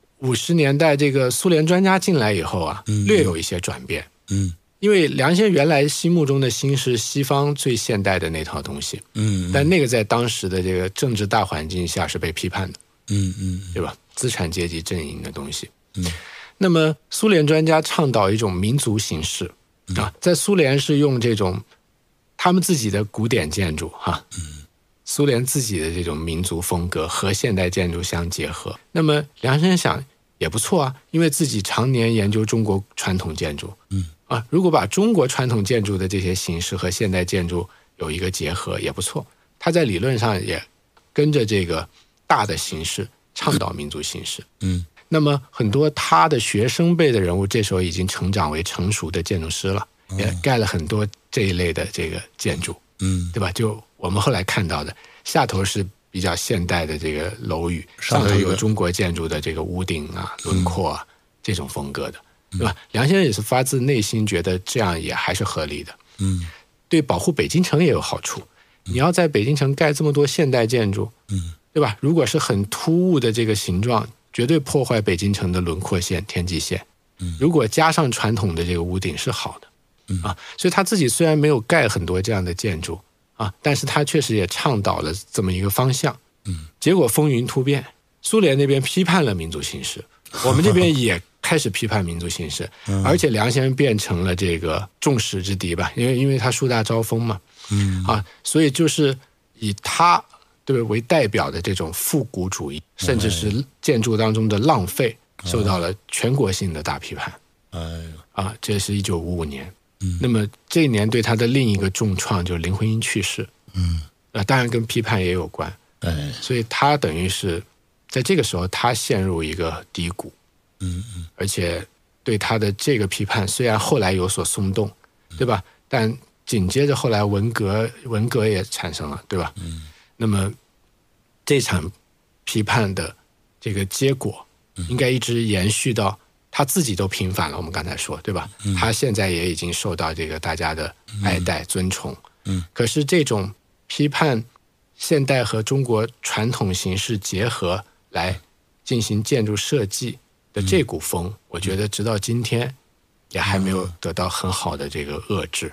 50年代这个苏联专家进来以后啊，略有一些转变。因为梁先生原来心目中的新是西方最现代的那套东西。但那个在当时的这个政治大环境下是被批判的。对吧？资产阶级阵营的东西。那么苏联专家倡导一种民族形式在苏联是用这种他们自己的古典建筑苏联自己的这种民族风格和现代建筑相结合。那么梁先生想也不错啊，因为自己常年研究中国传统建筑。如果把中国传统建筑的这些形式和现代建筑有一个结合也不错。他在理论上也跟着这个大的形式倡导民族形式。那么很多他的学生辈的人物这时候已经成长为成熟的建筑师了，也盖了很多这一类的这个建筑。对吧？就我们后来看到的，下头是比较现代的这个楼宇，上头有中国建筑的这个屋顶轮廓这种风格的，对吧？梁先生也是发自内心觉得这样也还是合理的。对保护北京城也有好处。你要在北京城盖这么多现代建筑，对吧？如果是很突兀的这个形状，绝对破坏北京城的轮廓线、天际线。如果加上传统的这个屋顶是好的。所以他自己虽然没有盖很多这样的建筑但是他确实也倡导了这么一个方向。结果风云突变，苏联那边批判了民族形式，我们这边也开始批判民族形式，而且梁先生变成了这个众矢之的吧，因为他树大招风嘛。所以就是以他对为代表的这种复古主义，甚至是建筑当中的浪费，受到了全国性的大批判。这是1955年。那么这一年对他的另一个重创就是林徽因去世。当然跟批判也有关。所以他等于是在这个时候他陷入一个低谷。而且对他的这个批判虽然后来有所松动，对吧？但紧接着后来文革也产生了，对吧？那么这场批判的这个结果应该一直延续到他自己都平反了，我们刚才说，对吧？他现在也已经受到这个大家的爱戴尊崇。可是这种批判现代和中国传统形式结合来进行建筑设计的这股风，我觉得直到今天也还没有得到很好的这个遏制。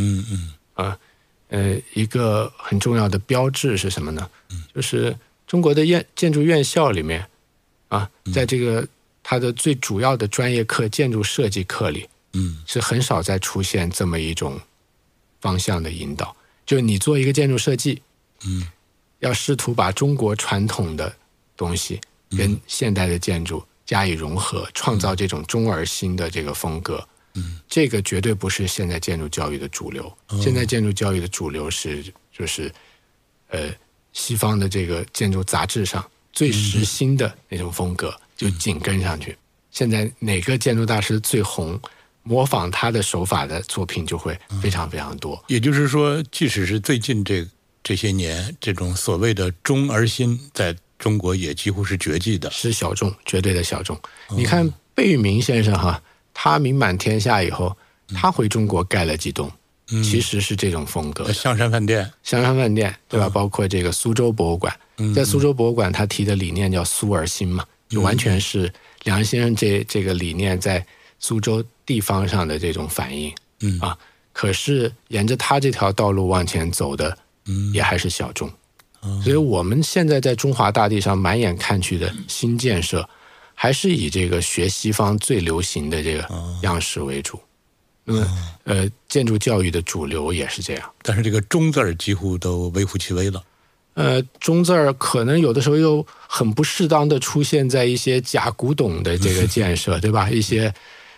一个很重要的标志是什么呢？就是中国的建筑院校里面在这个它的最主要的专业课建筑设计课里，是很少再出现这么一种方向的引导。就是你做一个建筑设计，要试图把中国传统的东西跟现代的建筑加以融合，创造这种中而新的这个风格。这个绝对不是现在建筑教育的主流。现在建筑教育的主流就是西方的这个建筑杂志上最时兴的那种风格，就紧跟上去。现在哪个建筑大师最红，模仿他的手法的作品就会非常非常多。 也就是说，即使是最近这些年，这种所谓的中而新，在中国也几乎是绝迹的， 是小众，绝对的小众。你看贝聿铭先生他名满天下以后，他回中国盖了几栋，其实是这种风格的。 香山饭店， 对吧？包括这个苏州博物馆，在苏州博物馆他提的理念叫苏而新嘛，就完全是梁先生这个理念在苏州地方上的这种反应。可是沿着他这条道路往前走的，也还是小众。所以我们现在在中华大地上满眼看去的新建设，还是以这个学西方最流行的这个样式为主。那么建筑教育的主流也是这样。 但是这个中字儿几乎都微乎其微了。 中字儿可能有的时候又很不适当的出现在一些假古董的这个建设，对吧？一些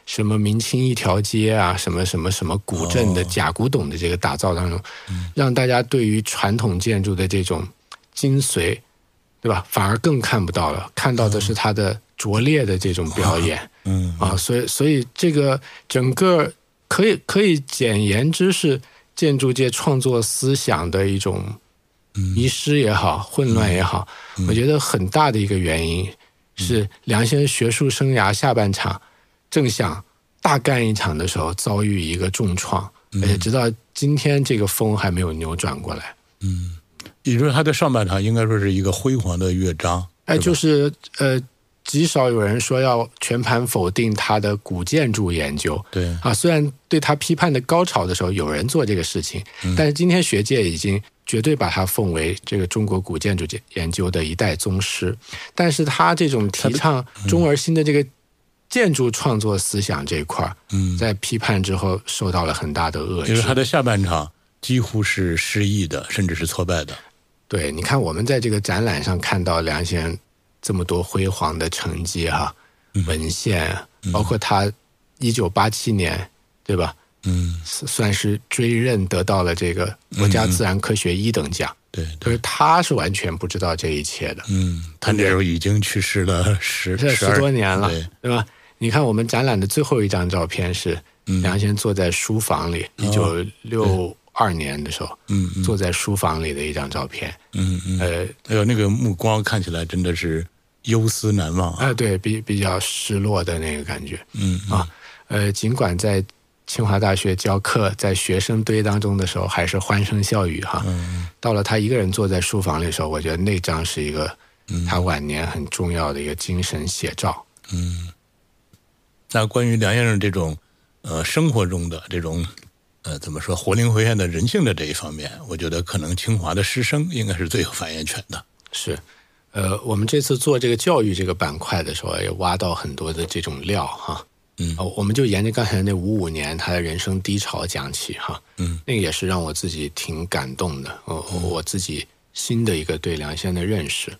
什么明清一条街啊，什么什么什么古镇的假古董的这个打造当中，让大家对于传统建筑的这种精髓，对吧？反而更看不到了，看到的是它的拙劣的这种表演。所以这个整个可以简言之是建筑界创作思想的一种迷失也好，混乱也好，我觉得很大的一个原因是梁先生学术生涯下半场正想大干一场的时候遭遇一个重创，而且直到今天这个风还没有扭转过来。 也就是他的上半场应该说是一个辉煌的乐章。 就是极少有人说要全盘否定他的古建筑研究。 对啊，虽然对他批判的高潮的时候有人做这个事情，但是今天学界已经绝对把他奉为这个中国古建筑研究的一代宗师。但是他这种提倡中而新的这个建筑创作思想这一块，在批判之后受到了很大的遏制。 因为他的下半场几乎是失意的，甚至是挫败的。 对，你看我们在这个展览上看到梁先生这么多辉煌的成绩哈，文献，包括他1987年，对吧？算是追认得到了这个国家自然科学1等奖。 对， 可是他是完全不知道这一切的。 他那时候已经去世了十多年了， 对吧？你看我们展览的最后一张照片是梁先生坐在书房里，1962年的时候，坐在书房里的一张照片。 那个目光看起来真的是忧思难忘啊。 对，比较失落的那个感觉。尽管在清华大学教课，在学生堆当中的时候还是欢声笑语哈。到了他一个人坐在书房里的时候，我觉得那张是一个他晚年很重要的一个精神写照。 那关于梁先生这种生活中的这种怎么说活灵活现的人性的这一方面，我觉得可能清华的师生应该是最有发言权的。 是，我们这次做这个教育这个板块的时候，也挖到很多的这种料哈。我们就沿着刚才那55年他的人生低潮讲起哈。那个也是让我自己挺感动的。我自己新的一个对梁先生的认识。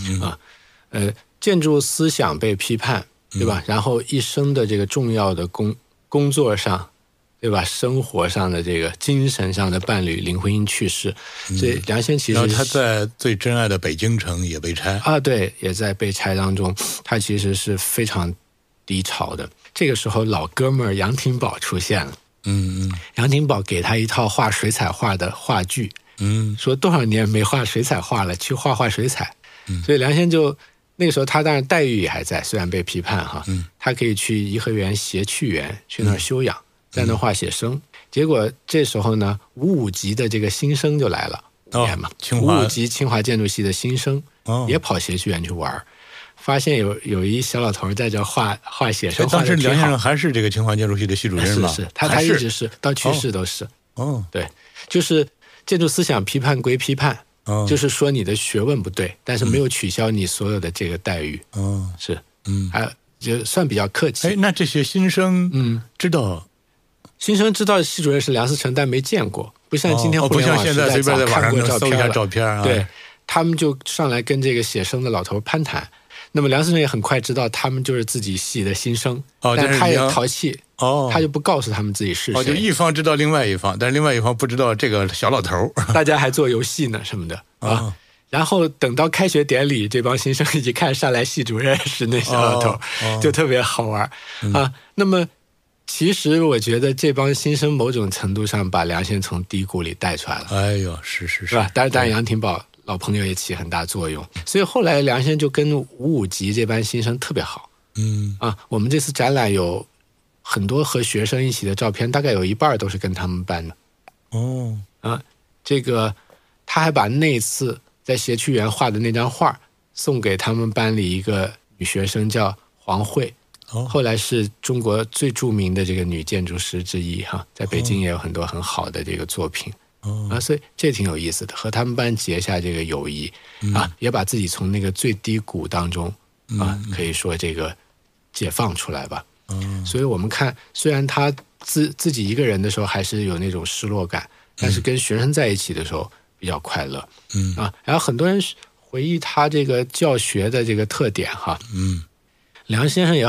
建筑思想被批判，对吧？然后一生的这个重要的工作上，对吧？生活上的这个精神上的伴侣林徽因去世，所以梁先生其实然后他在最珍爱的北京城也被拆啊，对，也在被拆当中，他其实是非常低潮的。这个时候，老哥们儿杨廷宝出现了。杨廷宝给他一套画水彩画的画具，说多少年没画水彩画了，去画水彩。所以梁先生就那个时候，他当然待遇也还在，虽然被批判哈，他可以去颐和园谐趣园去那儿休养。在那画写生，结果这时候呢，55级的这个新生就来了，5年嘛，55级清华建筑系的新生，也跑谐趣园去玩，发现有一小老头在这画写生， 当时梁先生还是这个清华建筑系的系主任吗？ 是，他一直是到去世都是。对，就是建筑思想批判归批判，就是说你的学问不对，但是没有取消你所有的这个待遇。是，还就算比较客气。 那这些新生，知道。 新生知道系主任是梁思成，但没见过，不像今天互联网时代随便在网上搜一下照片啊。 对，他们就上来跟这个写生的老头攀谈。那么梁思成也很快知道他们就是自己系的新生，但他也淘气，他就不告诉他们自己是谁。 就一方知道另外一方，但是另外一方不知道这个小老头。 大家还做游戏呢什么的啊。然后等到开学典礼，这帮新生一看上来系主任是那小老头，就特别好玩啊。那么。其实我觉得这帮新生某种程度上把梁先生从低谷里带出来了。 哎呦，是吧？当然杨廷宝老朋友也起很大作用，所以后来梁先生就跟55级这班新生特别好。我们这次展览有很多和学生一起的照片，大概有一半都是跟他们班的。这个他还把那次在谐趣园画的那张画送给他们班里一个女学生，叫黄慧。后来是中国最著名的这个女建筑师之一哈，在北京也有很多很好的这个作品。所以这挺有意思的，和他们班结下这个友谊也把自己从那个最低谷当中可以说这个解放出来吧。所以我们看，虽然他自己一个人的时候还是有那种失落感，但是跟学生在一起的时候比较快乐。然后很多人回忆他这个教学的这个特点哈。梁先生也好，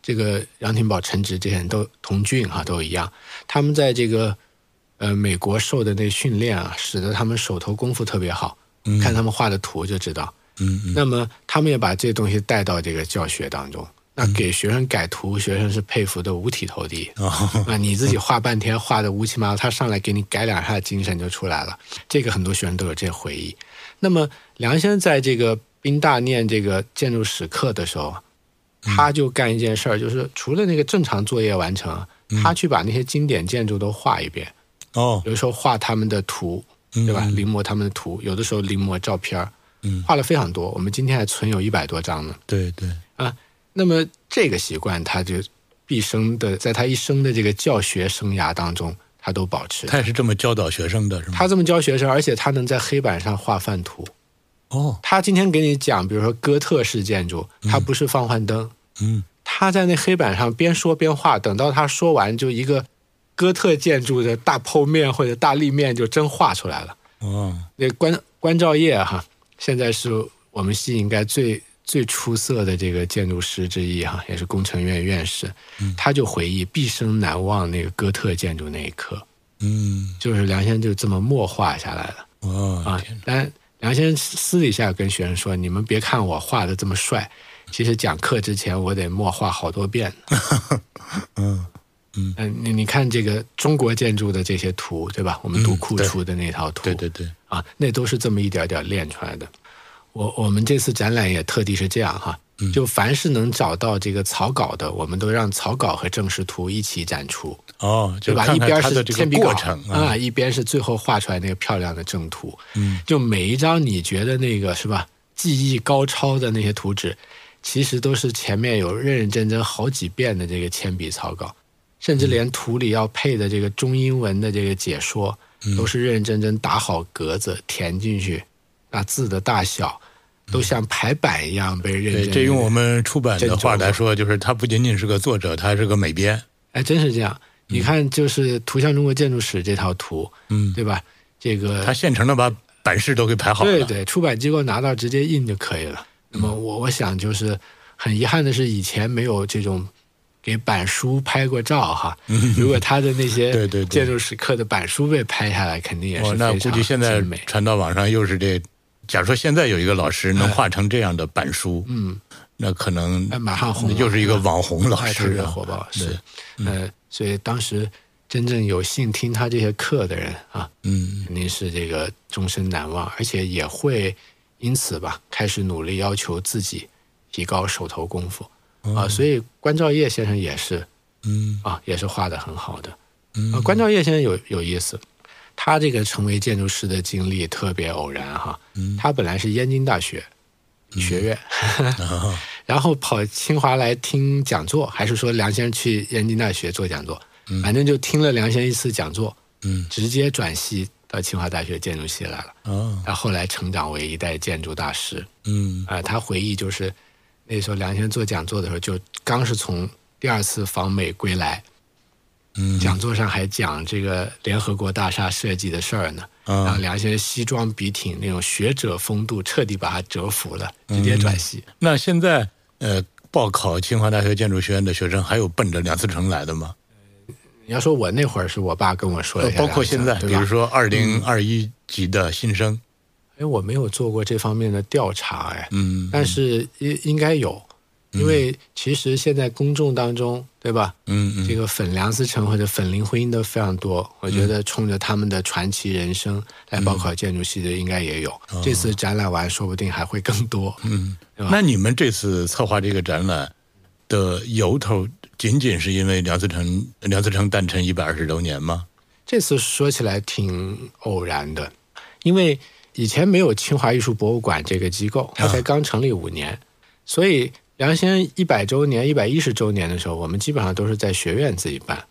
这个杨廷宝、陈直这些人都童俊都一样，他们在这个美国受的那训练使得他们手头功夫特别好，看他们画的图就知道。那么他们也把这东西带到这个教学当中。那给学生改图，学生是佩服的五体投地。你自己画半天，画的乌漆麻，他上来给你改两下，精神就出来了。这个很多学生都有这回忆。那么梁先生在这个宾大念这个建筑史课的时候，他就干一件事儿，就是除了那个正常作业完成，他去把那些经典建筑都画一遍。有的时候画他们的图，对吧？临摹他们的图，有的时候临摹照片，画了非常多。我们今天还存有100多张呢。 对对那么这个习惯，他就毕生的，在他一生的这个教学生涯当中，他都保持。 他也是这么教导学生的，是吗？ 他这么教学生，而且他能在黑板上画范图。他今天给你讲，比如说哥特式建筑，他不是放幻灯，他在那黑板上边说边画，等到他说完，就一个哥特建筑的大剖面或者大立面就真画出来了。那关兆业现在是我们系应该最出色的这个建筑师之一也是工程院院士。他就回忆毕生难忘那个哥特建筑那一刻。就是梁先生就这么默画下来了。但梁先生私底下跟学生说，你们别看我画的这么帅，其实讲课之前我得默画好多遍。你看这个中国建筑的这些图，对吧？我们读库出的那套图， 对那都是这么一点点练出来的。我们这次展览也特地是这样就凡是能找到这个草稿的，我们都让草稿和正式图一起展出。 就看看它的这个过程一边是最后画出来那个漂亮的正图。就每一张你觉得那个是吧，技艺高超的那些图纸，其实都是前面有认认真真好几遍的这个铅笔草稿，甚至连图里要配的这个中英文的这个解说，都是认认真真打好格子填进去，那字的大小都像排版一样被认真。 这用我们出版的话来说，就是他不仅仅是个作者，他还是个美编。 真是这样。你看，就是《图像中国建筑史》这套图，对吧？这个他现成的把版式都给排好了。 对，出版机构拿到直接印就可以了。那么我想，就是很遗憾的是，以前没有这种给板书拍过照如果他的那些建筑史课的板书被拍下来，肯定也是非常精美。 那估计现在传到网上又是这。假如说现在有一个老师能画成这样的板书，那可能马上红了， 就是一个网红老师， 特别火爆老师。所以当时真正有幸听他这些课的人肯定是这个终身难忘，而且也会因此开始努力要求自己提高手头功夫所以关兆业先生也是也是画得很好的。关兆业先生有意思。他这个成为建筑师的经历特别偶然他本来是燕京大学学院然后跑清华来听讲座，还是说梁先生去燕京大学做讲座，反正就听了梁先生一次讲座，直接转系到清华大学建筑系来了。然后后来成长为一代建筑大师。他回忆就是那时候梁先生做讲座的时候，就刚是从第2次访美归来。讲座上还讲这个联合国大厦设计的事儿呢，然后梁先生西装笔挺那种学者风度，彻底把他折服了，直接转系。 那现在报考清华大学建筑学院的学生还有奔着梁思成来的吗？ 你要说我那会儿是我爸跟我说的， 包括现在，比如说2021级的新生， 我没有做过这方面的调查但是应该有。因为其实现在公众当中，对吧？这个粉梁思成或者粉林徽因的非常多。我觉得冲着他们的传奇人生来报考建筑系的应该也有。这次展览完，说不定还会更多。 那你们这次策划这个展览的由头，仅仅是因为梁思成诞辰120周年吗？ 这次说起来挺偶然的，因为以前没有清华艺术博物馆这个机构，它才刚成立5年，所以梁先生100周年、110周年的时候，我们基本上都是在学院自己办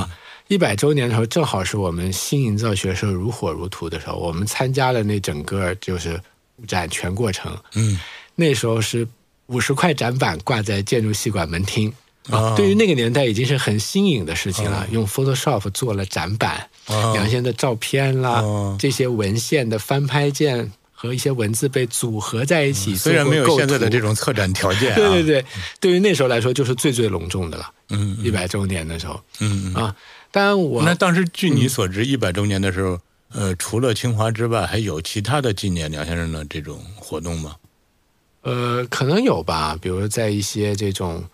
100周年的时候，正好是我们新营造学社如火如荼的时候，我们参加了那整个就是展全过程。那时候是50块展板挂在建筑系馆门厅对于那个年代已经是很新颖的事情了。用 Photoshop 做了展板，梁先生的照片啦，这些文献的翻拍件和一些文字被组合在一起， 虽然没有现在的这种策展条件， 对对对，对于那时候来说就是最隆重的了。100周年的时候，当然那当时据你所知，100周年的时候，除了清华之外，还有其他的纪念梁先生的这种活动吗？ 可能有吧，比如在一些这种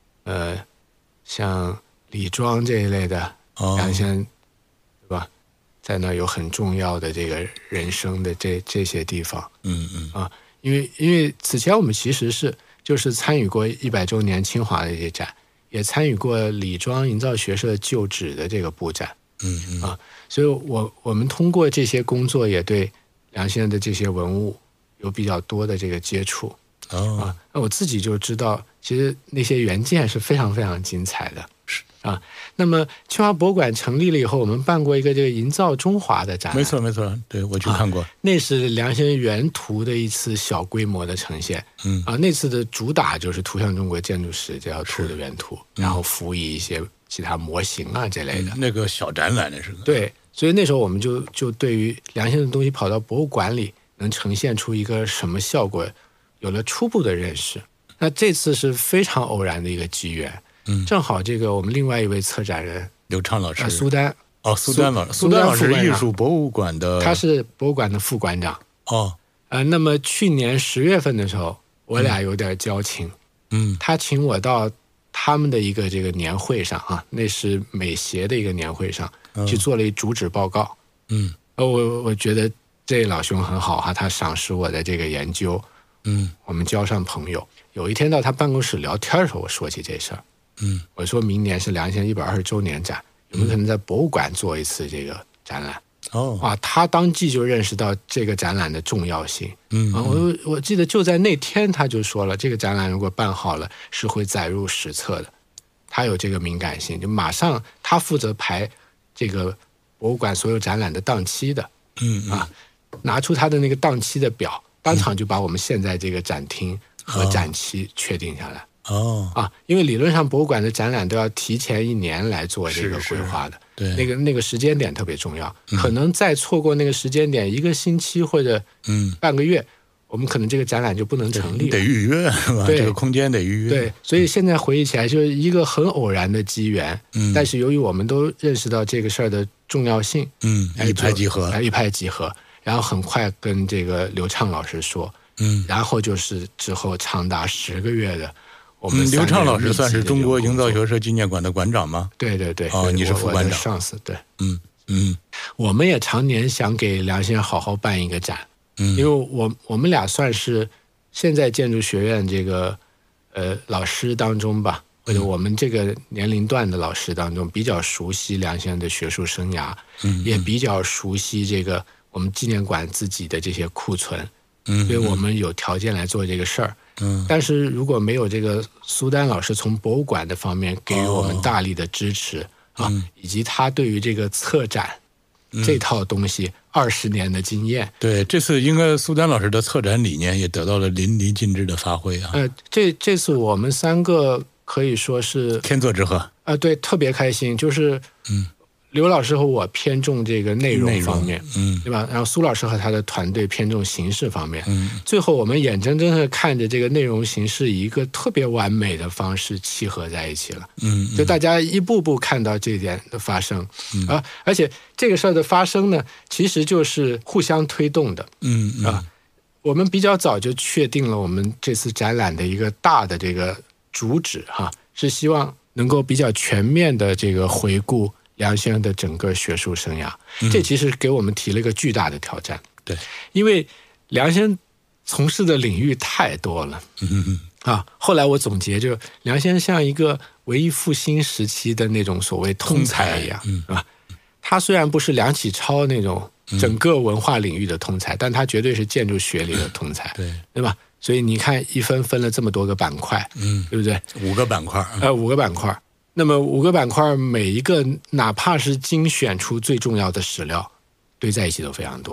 像李庄这一类的，梁先生，对吧？在那有很重要的这个人生的这些地方，因为此前我们其实就是参与过100周年清华的这些展，也参与过李庄营造学社旧址的这个布展，所以我们通过这些工作也对梁先生的这些文物有比较多的这个接触，那我自己就知道，其实那些原件是非常非常精彩的。那么清华博物馆成立了以后，我们办过一个这个营造中华的展览， 没错，对，我去看过， 那是梁先生原图的一次小规模的呈现，那次的主打就是图像中国建筑史这条图的原图，然后辅以一些其他模型啊这类的， 那个小展览那是对，所以那时候我们就对于梁先生的东西跑到博物馆里能呈现出一个什么效果，有了初步的认识。那这次是非常偶然的一个机缘。正好这个我们另外一位策展人刘畅老师， 苏丹老师艺术博物馆的， 他是博物馆的副馆长。那么去年10月份的时候，我俩有点交情，他请我到他们的一个这个年会上那是美协的一个年会上，去做了一主旨报告。我觉得这老兄很好他赏识我的这个研究，我们交上朋友。有一天到他办公室聊天的时候，我说起这事儿。我说明年是梁先生120周年展，有没有可能在博物馆做一次这个展览？他当即就认识到这个展览的重要性。我记得就在那天他就说了，这个展览如果办好了是会载入史册的。他有这个敏感性，就马上他负责排这个博物馆所有展览的档期的。拿出他的那个档期的表，当场就把我们现在这个展厅和展期确定下来。因为理论上博物馆的展览都要提前1年来做这个规划的， 对， 那个时间点特别重要，可能再错过那个时间点1个星期或者半个月，我们可能这个展览就不能成立了， 得预约是吧？这个空间得预约。 对，所以现在回忆起来就是一个很偶然的机缘，但是由于我们都认识到这个事儿的重要性， 一拍即合， 然后很快跟这个刘畅老师说，然后就是之后长达10个月的。 刘畅老师算是中国营造学社纪念馆的馆长吗？ 对， 你是副馆长， 上司。对，我们也常年想给梁先生好好办一个展，因为我们俩算是现在建筑学院这个老师当中吧，或者我们这个年龄段的老师当中比较熟悉梁先生的学术生涯，也比较熟悉这个我们纪念馆自己的这些库存，所以我们有条件来做这个事儿。但是如果没有这个苏丹老师从博物馆的方面给予我们大力的支持以及他对于这个策展这套东西20年的经验， 对，这次应该苏丹老师的策展理念也得到了淋漓尽致的发挥这次我们3个可以说是天作之合对，特别开心，就是刘老师和我偏重这个内容方面，对吧？然后苏老师和他的团队偏重形式方面，最后我们眼睁睁的看着这个内容形式以一个特别完美的方式契合在一起了，就大家一步步看到这一点的发生，而且这个事儿的发生呢，其实就是互相推动的，我们比较早就确定了我们这次展览的一个大的这个主旨是希望能够比较全面的这个回顾梁先生的整个学术生涯，这其实给我们提了一个巨大的挑战。 对， 因为梁先生从事的领域太多了。后来我总结，就梁先生像一个文艺复兴时期的那种所谓通才一样，他虽然不是梁启超那种整个文化领域的通才，但他绝对是建筑学里的通才，对吧？所以你看，一分了这么多个板块，对不对 ？5个板块 ，5个板块。那么5个板块每一个哪怕是精选出最重要的史料堆在一起都非常多，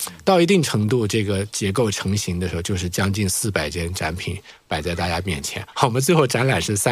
到一定程度，这个结构成型的时候，就是将近400件展品摆在大家面前。好，我们最后展览是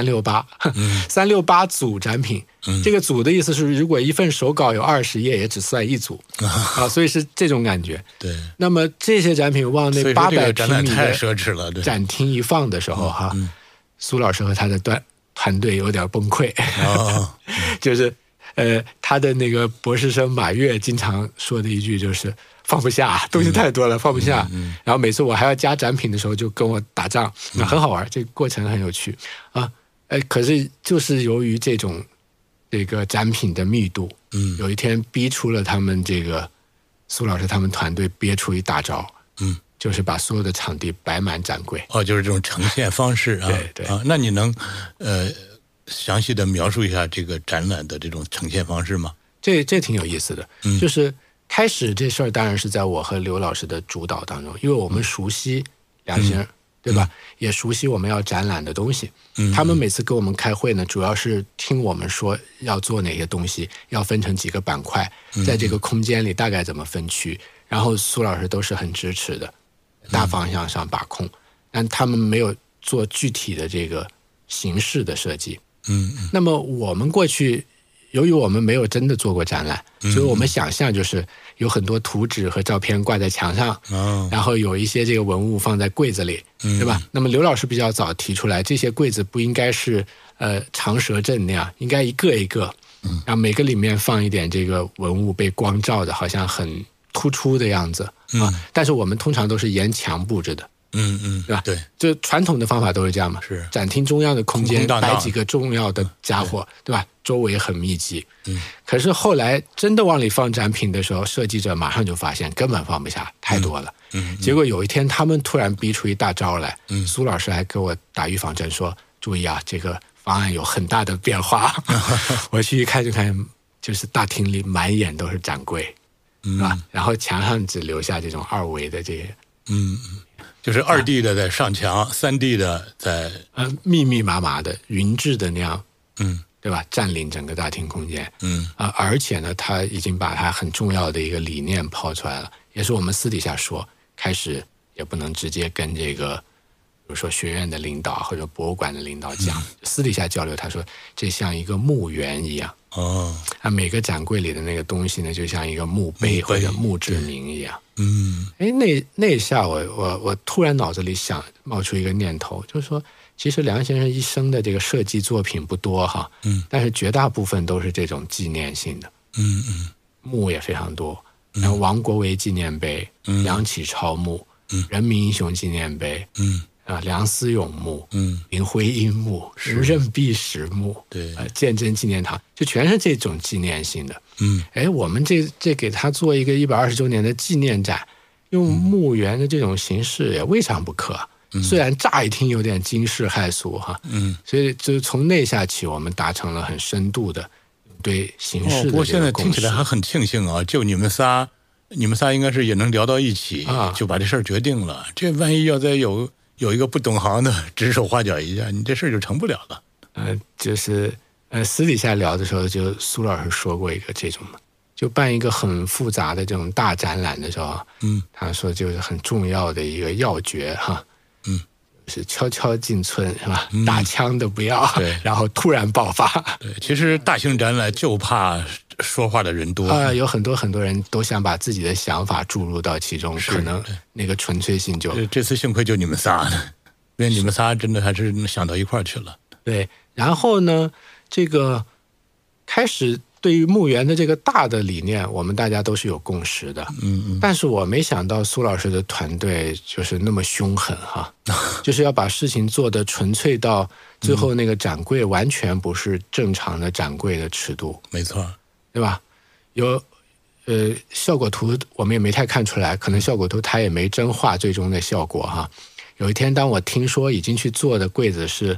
368，368组展品。这个组的意思是，如果一份手稿有20页，也只算一组啊，所以是这种感觉。 对。 那么这些展品往那800平米太奢侈了， 的展厅一放的时候，苏老师和他的团队有点崩溃，就是他的那个博士生马跃经常说的一句就是放不下，东西太多了，放不下。然后每次我还要加展品的时候，就跟我打仗，那很好玩，这个过程很有趣啊。可是就是由于这个展品的密度，有一天逼出了他们这个苏老师他们团队憋出一大招，就是把所有的场地摆满展柜。 就是这种呈现方式啊。 对啊，那你能详细的描述一下这个展览的这种呈现方式吗？ 这挺有意思的，就是开始这事儿当然是在我和刘老师的主导当中，因为我们熟悉梁先生，对吧？也熟悉我们要展览的东西。他们每次跟我们开会呢，主要是听我们说要做哪些东西，要分成几个板块，在这个空间里大概怎么分区。然后苏老师都是很支持的，大方向上把控，但他们没有做具体的这个形式的设计。那么我们过去，由于我们没有真的做过展览，所以我们想象就是有很多图纸和照片挂在墙上，然后有一些这个文物放在柜子里，对吧？那么刘老师比较早提出来，这些柜子不应该是长蛇阵那样，应该一个一个，然后每个里面放一点这个文物被光照的，好像很突出的样子啊。但是我们通常都是沿墙布置的。对吧？ 对， 就传统的方法都是这样嘛。 是展厅中央的空间大摆几个重要的家伙，对吧？周围很密集。可是后来真的往里放展品的时候，设计者马上就发现根本放不下，太多了。结果有一天他们突然逼出一大招来，苏老师还给我打预防针说：“注意啊，这个方案有很大的变化。”我去一看就看，就是大厅里满眼都是展柜，是吧？然后墙上只留下这种2维的这些。 就是2D 的在上墙，3D 的在密密麻麻的云质的那样，对吧？占领整个大厅空间，而且呢，他已经把他很重要的一个理念抛出来了，也是我们私底下说，开始也不能直接跟这个，比如说学院的领导或者博物馆的领导讲，私底下交流，他说这像一个墓园一样。每个展柜里的那个东西呢，就像一个墓碑或者墓志铭一样。那一下我突然脑子里冒出一个念头，就是说，其实梁先生一生的这个设计作品不多哈，但是绝大部分都是这种纪念性的。墓也非常多，然后王国维纪念碑、梁启超墓、人民英雄纪念碑。梁思永墓，林徽因墓，任弼时墓， 对， 鉴真纪念堂，就全是这种纪念性的。我们这给他做一个120周年的纪念展，用墓园的这种形式也未尝不可。虽然乍一听有点惊世骇俗哈，所以就从那下起，我们达成了很深度的对形式的这个共识。 不过现在听起来还很庆幸啊，就你们仨应该是也能聊到一起，就把这事儿决定了。这万一要再有一个不懂行的指手画脚一下，你这事儿就成不了了。 就是私底下聊的时候，就苏老师说过一个这种嘛，就办一个很复杂的这种大展览的时候，他说就是很重要的一个要诀哈，是悄悄进村是吧？打枪的不要，然后突然爆发。 对，其实大型展览就怕说话的人多有很多人都想把自己的想法注入到其中，可能那个纯粹性就这次幸亏就你们仨呢，因为你们仨真的还是想到一块儿去了。 对，然后呢，这个开始对于墓园的这个大的理念，我们大家都是有共识的。但是我没想到苏老师的团队就是那么凶狠哈，就是要把事情做得纯粹到最后那个展柜完全不是正常的展柜的尺度。 没错。 对吧？有效果图我们也没太看出来，可能效果图它也没真画最终的效果哈。有一天当我听说已经去做的柜子是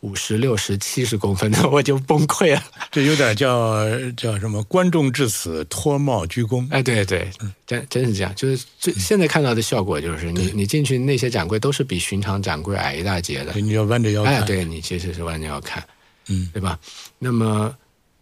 50、60、70公分的，我就崩溃了。 这有点叫什么？观众至此脱帽鞠躬。 对，真是这样。就是现在看到的效果就是你进去那些展柜都是比寻常展柜矮一大截的， 你要弯着腰看。 对，你其实是弯着腰看，对吧？那么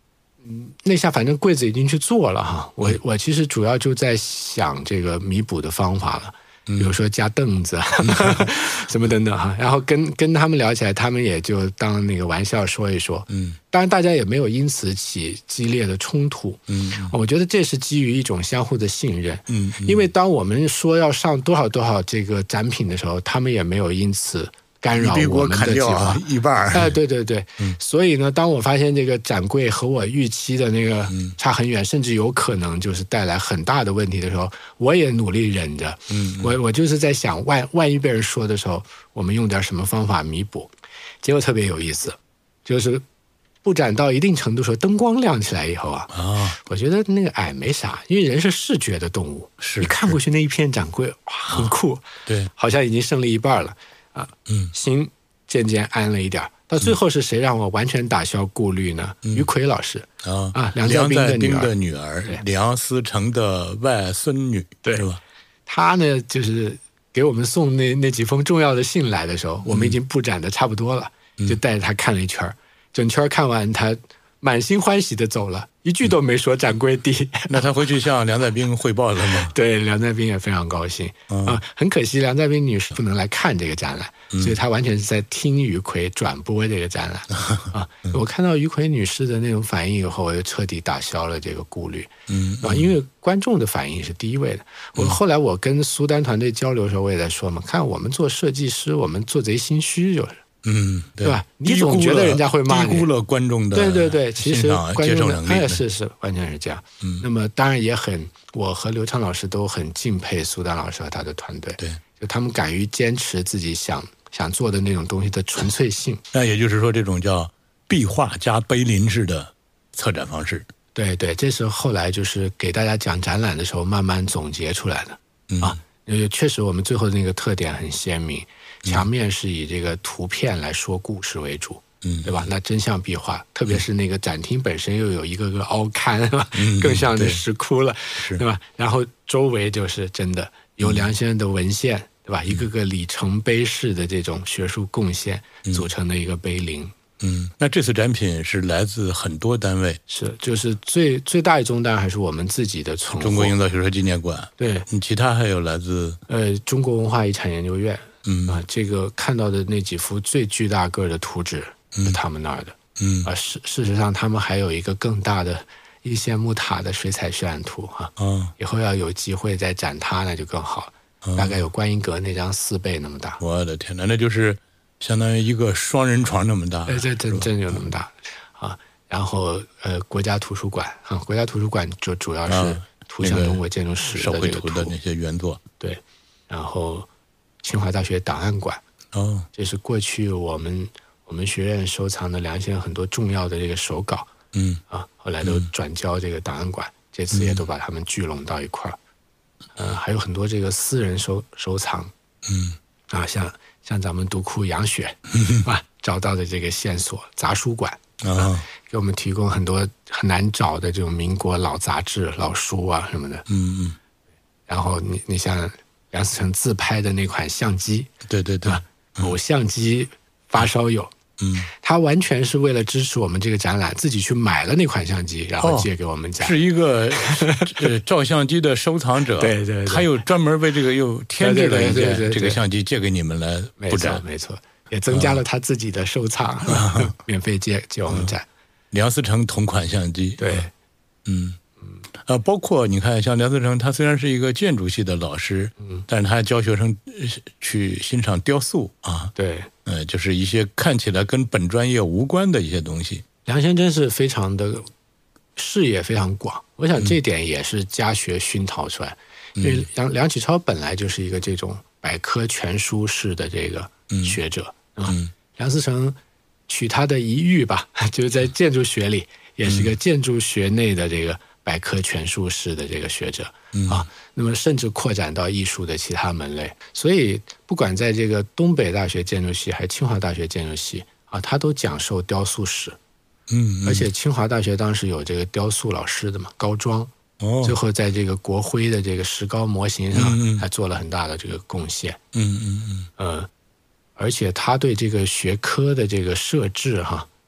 那下反正柜子已经去做了哈，我其实主要就在想这个弥补的方法了。比如说加凳子什么等等哈，然后跟他们聊起来，他们也就当那个玩笑说一说。当然大家也没有因此起激烈的冲突。我觉得这是基于一种相互的信任。因为当我们说要上多少这个展品的时候，他们也没有因此干扰我们的计划一半。 对，所以呢，当我发现这个展柜和我预期的那个差很远，甚至有可能就是带来很大的问题的时候，我也努力忍着。我就是在想，万一被人说的时候，我们用点什么方法弥补？结果特别有意思，就是布展到一定程度的时候，灯光亮起来以后啊，我觉得那个矮没啥，因为人是视觉的动物，你看过去那一片展柜，哇，很酷， 对， 好像已经胜利一半了。心渐渐安了一点，到最后是谁让我完全打消顾虑呢？于奎老师梁再冰的女儿， 梁思成的外孙女， 对， 是吧？ 她呢，就是给我们送那几封重要的信来的时候，我们已经布展的差不多了，就带着她看了一圈，整圈看完，她满心欢喜的走了，一句都没说展柜地。 那他回去向梁再冰汇报了吗？ 对，梁再冰也非常高兴。很可惜梁再冰女士不能来看这个展览，所以她完全是在听于奎转播这个展览。我看到于奎女士的那种反应以后，我就彻底打消了这个顾虑。因为观众的反应是第一位的。后来我跟苏丹团队交流的时候，我也在说嘛，看我们做设计师，我们做贼心虚就是。对吧？你总觉得人家会骂你， 低估了观众的对，其实观众的是完全是这样。那么当然我和刘畅老师都很敬佩苏丹老师和他的团队， 对， 就他们敢于坚持自己想做的那种东西的纯粹性。 那也就是说，这种叫壁画加碑林式的策展方式。 对，这是后来就是给大家讲展览的时候慢慢总结出来的。确实我们最后的那个特点很鲜明。墙面是以这个图片来说故事为主，对吧？那真像壁画，特别是那个展厅本身又有一个个凹龛，更像是石窟了，对吧？然后周围就是真的有梁先生的文献，对吧？一个个里程碑式的这种学术贡献组成的一个碑林。 那这次展品是来自很多单位， 就是最大一宗当然还是我们自己的存货， 中国营造学社纪念馆， 对， 其他还有来自中国文化遗产研究院。这个看到的那几幅最巨大个的图纸是他们那儿的。事实上他们还有一个更大的一线木塔的水彩渲染图以后要有机会再展它那就更好，大概有观音阁那张4倍那么大。 我的天哪，那就是相当于一个双人床那么大。 这真有那么大然后国家图书馆国家图书馆就主要是图像中国建筑史的手绘图的那些原作。 对，然后清华大学档案馆这是过去我们学院收藏的梁先生很多重要的这个手稿后来都转交这个档案馆，这次也都把它们聚拢到一块儿。还有很多这个私人收藏像咱们读库杨雪找到的这个线索，杂书馆给我们提供很多很难找的这种民国老杂志老书什么的。然后你像梁思成自拍的那款相机，对，某相机发烧友，他完全是为了支持我们这个展览，自己去买了那款相机，然后借给我们展。 是一个照相机的收藏者， 对， 他又专门为这个又添置了一件这个相机借给你们来布展， 没错，也增加了他自己的收藏，免费借我们展。 梁思成同款相机， 对， 包括你看，像梁思成，他虽然是一个建筑系的老师，但是他教学生去欣赏雕塑对， 就是一些看起来跟本专业无关的一些东西。 梁先生真是非常的视野非常广，我想这点也是家学熏陶出来。因为梁启超本来就是一个这种百科全书式的这个学者，梁思成取他的一喻吧，就是在建筑学里也是个建筑学内的这个百科全书式的这个学者那么甚至扩展到艺术的其他门类。所以不管在这个东北大学建筑系还是清华大学建筑系他都讲授雕塑史。而且清华大学当时有这个雕塑老师的嘛，高庄，最后在这个国徽的这个石膏模型上还做了很大的这个贡献。而且他对这个学科的这个设置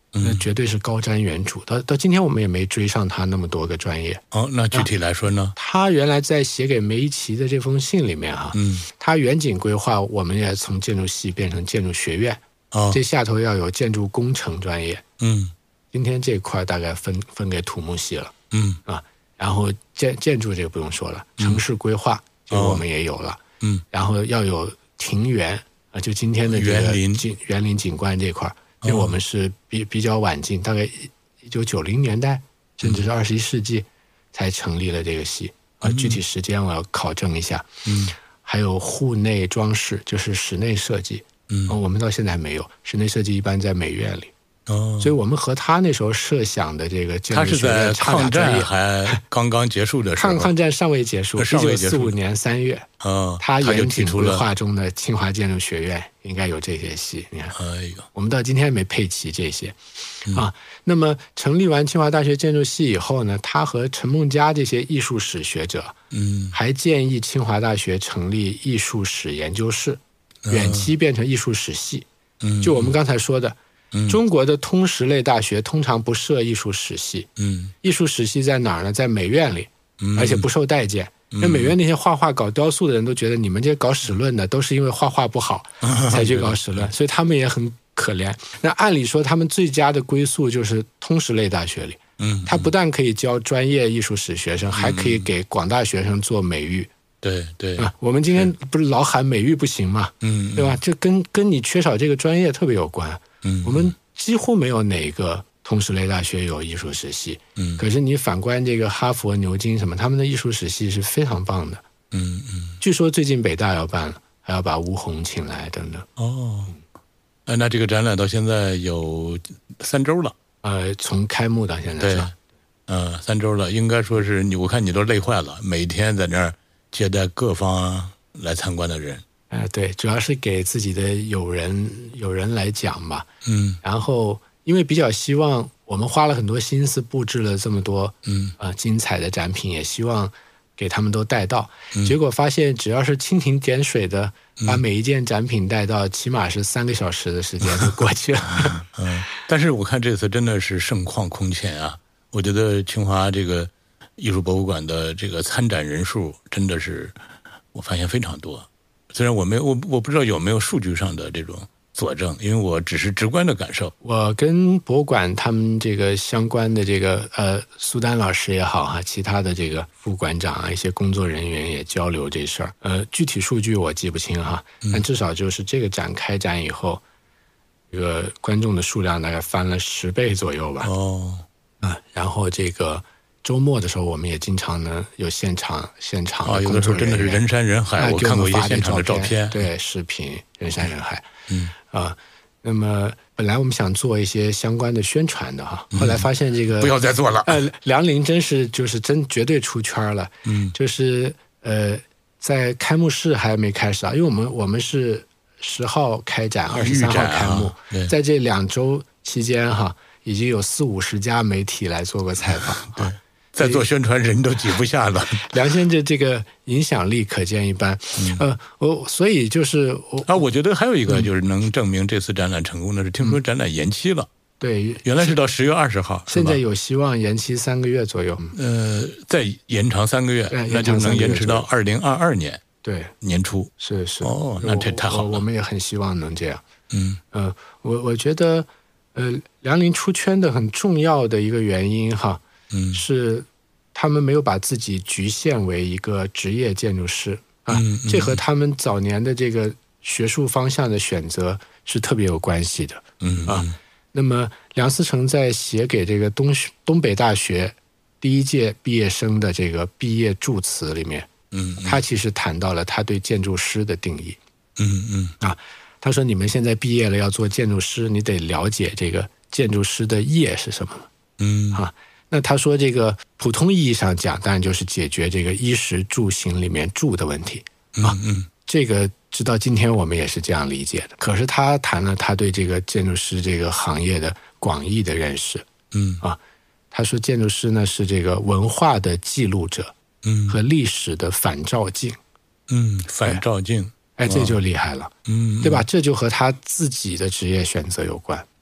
那绝对是高瞻远瞩。到今天我们也没追上他那么多个专业。 那具体来说呢？ 他原来在写给梅贻琦的这封信里面他远景规划我们也从建筑系变成建筑学院，这下头要有建筑工程专业。今天这块大概分给土木系了。然后建筑这个不用说了，城市规划这个我们也有了。然后要有庭园就今天的这个园林景观这块，这我们是比较晚进，大概1990年代甚至是21世纪才成立了这个系。具体时间我要考证一下。还有户内装饰，就是室内设计。我们到现在还没有，室内设计一般在美院里。所以我们和他那时候设想的这个建筑学院差俩专业。他是在抗战还刚刚结束的时候， 抗战尚未结束，1945年3月，他远景规划中的清华建筑学院应该有这些系。你看，我们到今天没配齐这些。那么成立完清华大学建筑系以后呢，他和陈梦家这些艺术史学者，还建议清华大学成立艺术史研究室，远期变成艺术史系。就我们刚才说的。中国的通识类大学通常不设艺术史系。艺术史系在哪儿呢？在美院里，而且不受待见。因为美院那些画画搞雕塑的人都觉得你们这些搞史论的都是因为画画不好才去搞史论，所以他们也很可怜。那按理说他们最佳的归宿就是通识类大学里。他不但可以教专业艺术史学生，还可以给广大学生做美育。 对， 我们今天不是老喊美育不行吗？对吧？这跟你缺少这个专业特别有关。我们几乎没有哪个通识类大学有艺术史系。可是你反观这个哈佛、牛津什么，他们的艺术史系是非常棒的。据说最近北大要办了，还要把吴鸿请来等等。 那这个展览到现在有3周了。 从开幕到现在是吧 ？3周了，应该说是我看你都累坏了，每天在那儿接待各方来参观的人。 对，主要是给自己的友人来讲吧。然后因为比较希望，我们花了很多心思布置了这么多精彩的展品，也希望给他们都带到。结果发现，只要是蜻蜓点水的把每一件展品带到，起码是3个小时的时间就过去了。 但是我看这次真的是盛况空前啊！我觉得清华这个艺术博物馆的这个参展人数真的是我发现非常多。虽然我不知道有没有数据上的这种佐证，因为我只是直观的感受。 我跟博物馆他们这个相关的这个苏丹老师也好其他的这个副馆长一些工作人员也交流这事儿。具体数据我记不清但至少就是这个展开展以后，这个观众的数量大概翻了10倍左右吧。然后这个周末的时候，我们也经常呢有现场的有的时候真的是人山人海。我看过一些现场的照片， 对，视频人山人海。那么本来我们想做一些相关的宣传的后来发现这个不要再做了。 梁林真绝对出圈了。就是在开幕式还没开始因为我们是10号开展，23号开幕，在这2周期间已经有40-50家媒体来做过采访。 对，再做宣传人都挤不下了。 梁先生这个影响力可见一斑。所以就是我觉得还有一个就是能证明这次展览成功的是，听说展览延期了。 对， 原来是到10月20号， 现在有希望延期3个月左右。 再延长3个月，那就能延迟到2022年年初。 是。 那这太好了。 我们也很希望能这样。我觉得梁林出圈的很重要的一个原因是他们没有把自己局限为一个职业建筑师这和他们早年的这个学术方向的选择是特别有关系的。那么梁思成在写给这个东北大学第1届毕业生的这个毕业祝词里面，他其实谈到了他对建筑师的定义。他说你们现在毕业了要做建筑师，你得了解这个建筑师的业是什么。那他说这个普通意义上讲，当然就是解决这个衣食住行里面住的问题这个直到今天我们也是这样理解的。可是他谈了他对这个建筑师这个行业的广义的认识。他说建筑师呢是这个文化的记录者和历史的反照镜。 反照镜。 这就厉害了。对吧？这就和他自己的职业选择有关。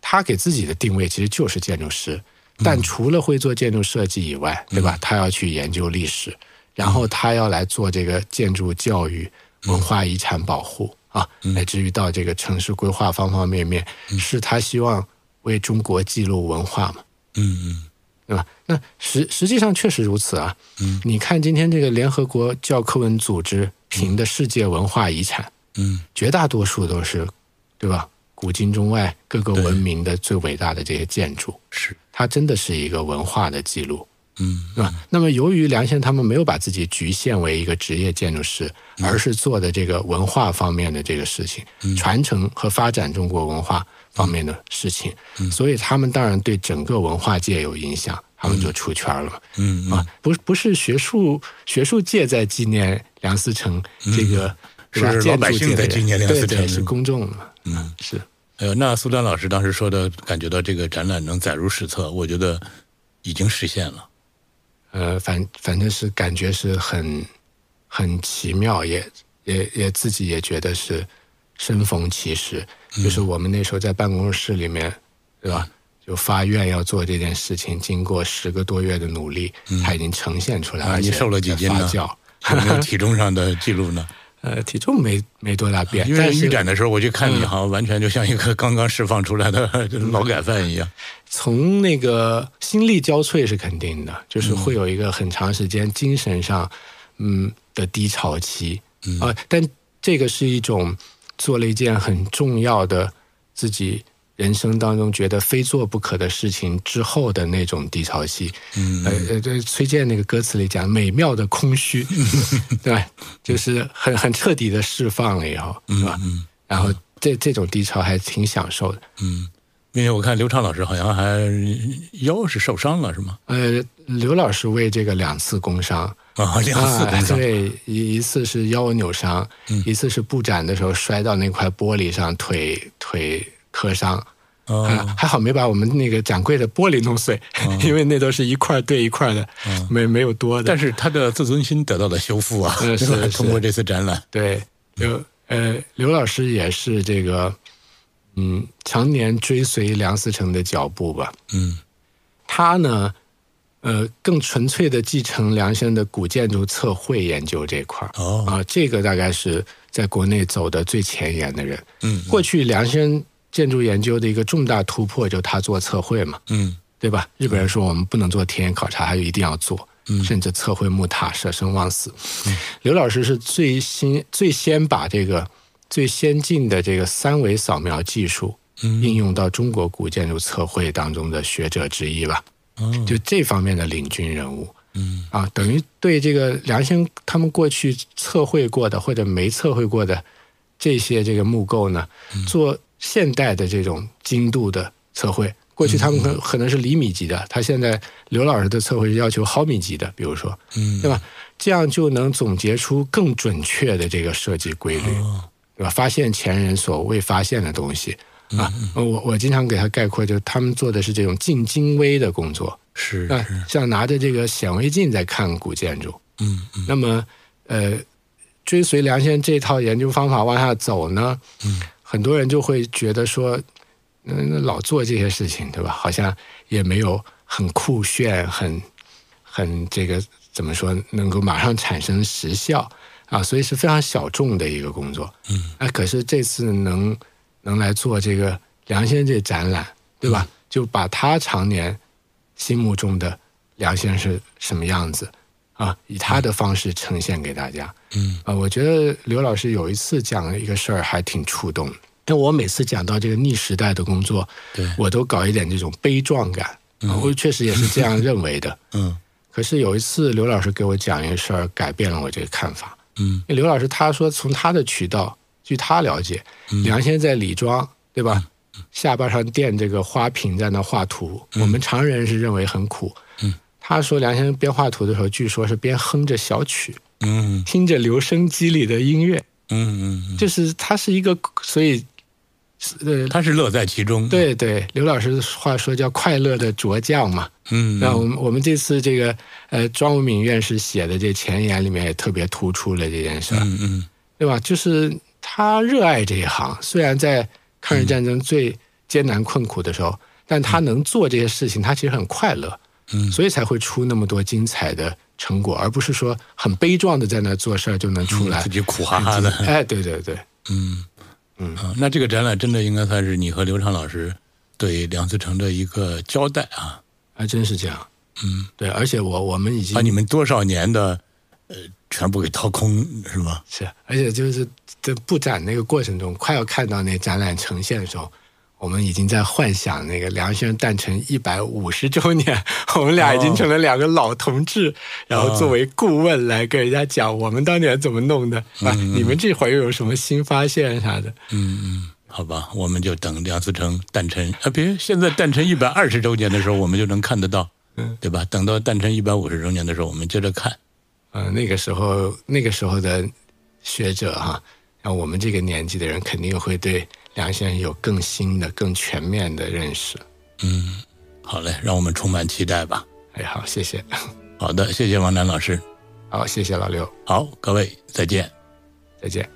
他给自己的定位其实就是建筑师，但除了会做建筑设计以外，对吧？他要去研究历史，然后他要来做这个建筑教育、文化遗产保护啊，乃至于到这个城市规划方方面面，是他希望为中国记录文化嘛？对吧？那实际上确实如此啊。你看今天这个联合国教科文组织评的世界文化遗产，绝大多数都是，对吧？古今中外各个文明的最伟大的这些建筑， 是它真的是一个文化的记录。对吧？那么由于梁先他们没有把自己局限为一个职业建筑师，而是做的这个文化方面的这个事情，传承和发展中国文化方面的事情，所以他们当然对整个文化界有影响，他们就出圈了嘛。不是学术界在纪念梁思成这个， 是老百姓在纪念梁思成， 对，是公众嘛。是。 那苏丹老师当时说的，感觉到这个展览能载入史册，我觉得已经实现了。 反正是感觉是很奇妙，也自己也觉得是生逢其时。就是我们那时候在办公室里面，对吧？就发愿要做这件事情，经过10个多月的努力，它已经呈现出来了。 你瘦了几斤呢？有没有体重上的记录呢？ 体重没多大变， 因为预展的时候我就看你好像完全就像一个刚刚释放出来的劳改犯一样。 从那个心力交瘁是肯定的，就是会有一个很长时间精神上的低潮期但这个是一种做了一件很重要的自己人生当中觉得非做不可的事情之后的那种低潮期。崔健那个歌词里讲美妙的空虚，对吧？就是很彻底的释放了以后，是吧？然后这种低潮还挺享受的。 并且我看刘畅老师好像还腰是受伤了，是吗？ 刘老师为这个2次工伤 2次工伤， 对，一次是腰扭伤，一次是布展的时候摔到那块玻璃上，腿磕伤。还好没把我们那个展柜的玻璃弄碎，因为那都是一块对一块的，没有多的。 但是他的自尊心得到了修复啊，是通过这次展览。 对，刘老师也是这个，常年追随梁思成的脚步吧。他呢，更纯粹的继承梁先生的古建筑测绘研究这块这个大概是在国内走的最前沿的人。过去梁先生建筑研究的一个重大突破就是他做测绘嘛，对吧？日本人说我们不能做田野考察，他就一定要做，甚至测绘木塔，舍生忘死。刘老师是最先把这个最先进的这个3维扫描技术应用到中国古建筑测绘当中的学者之一吧。就这方面的领军人物。等于对这个梁先他们过去测绘过的或者没测绘过的这些这个木构呢，做现代的这种精度的测绘。过去他们可能是厘米级的，他现在刘老师的测绘是要求毫米级的，比如说，对吧？这样就能总结出更准确的这个设计规律，对吧？发现前人所未发现的东西我经常给他概括，就他们做的是这种近精微的工作， 是像拿着这个显微镜在看古建筑。那么追随梁先生这套研究方法往下走呢，很多人就会觉得说，老做这些事情，对吧？好像也没有很酷炫，很这个怎么说，能够马上产生实效所以是非常小众的一个工作。可是这次能来做这个梁先生这展览，对吧？就把他常年心目中的梁先生是什么样子以他的方式呈现给大家。我觉得刘老师有一次讲了一个事儿还挺触动的。因为我每次讲到这个逆时代的工作，我都搞一点这种悲壮感。我确实也是这样认为的。可是有一次刘老师给我讲一个事儿，改变了我这个看法。因为刘老师他说，从他的渠道，据他了解，梁先生在李庄，对吧？下巴上垫这个花瓶在那画图，我们常人是认为很苦。他说梁先生边画图的时候，据说是边哼着小曲，听着留声机里的音乐。就是他是一个，所以他是乐在其中。 对，刘老师话说叫快乐的拙匠嘛。那我们这次这个庄武敏院士写的这前言里面也特别突出了这件事对吧？就是他热爱这一行，虽然在抗日战争最艰难困苦的时候，但他能做这些事情，他其实很快乐，所以才会出那么多精彩的成果，而不是说很悲壮的在那做事儿就能出来， 自己苦哈哈的。 哎，对对对， 那这个展览真的应该算是你和刘畅老师对梁思成的一个交代啊， 还真是这样。对，而且我们已经把你们多少年的全部给掏空，是吗？ 是，而且就是在布展那个过程中，快要看到那展览呈现的时候，我们已经在幻想那个梁先生诞辰150周年，我们俩已经成了2个老同志，然后作为顾问来跟人家讲我们当年怎么弄的啊，你们这会儿又有什么新发现啥的？ 好吧，我们就等梁思成诞辰现在诞辰120周年的时候，我们就能看得到，对吧？等到诞辰150周年的时候，我们接着看。 那个时候的学者哈，像我们这个年纪的人，肯定会对梁先生有更新的、更全面的认识。 好嘞，让我们充满期待吧。 哎，好，谢谢。 好的，谢谢王楠老师。 好，谢谢老刘。 好，各位再见。 再见。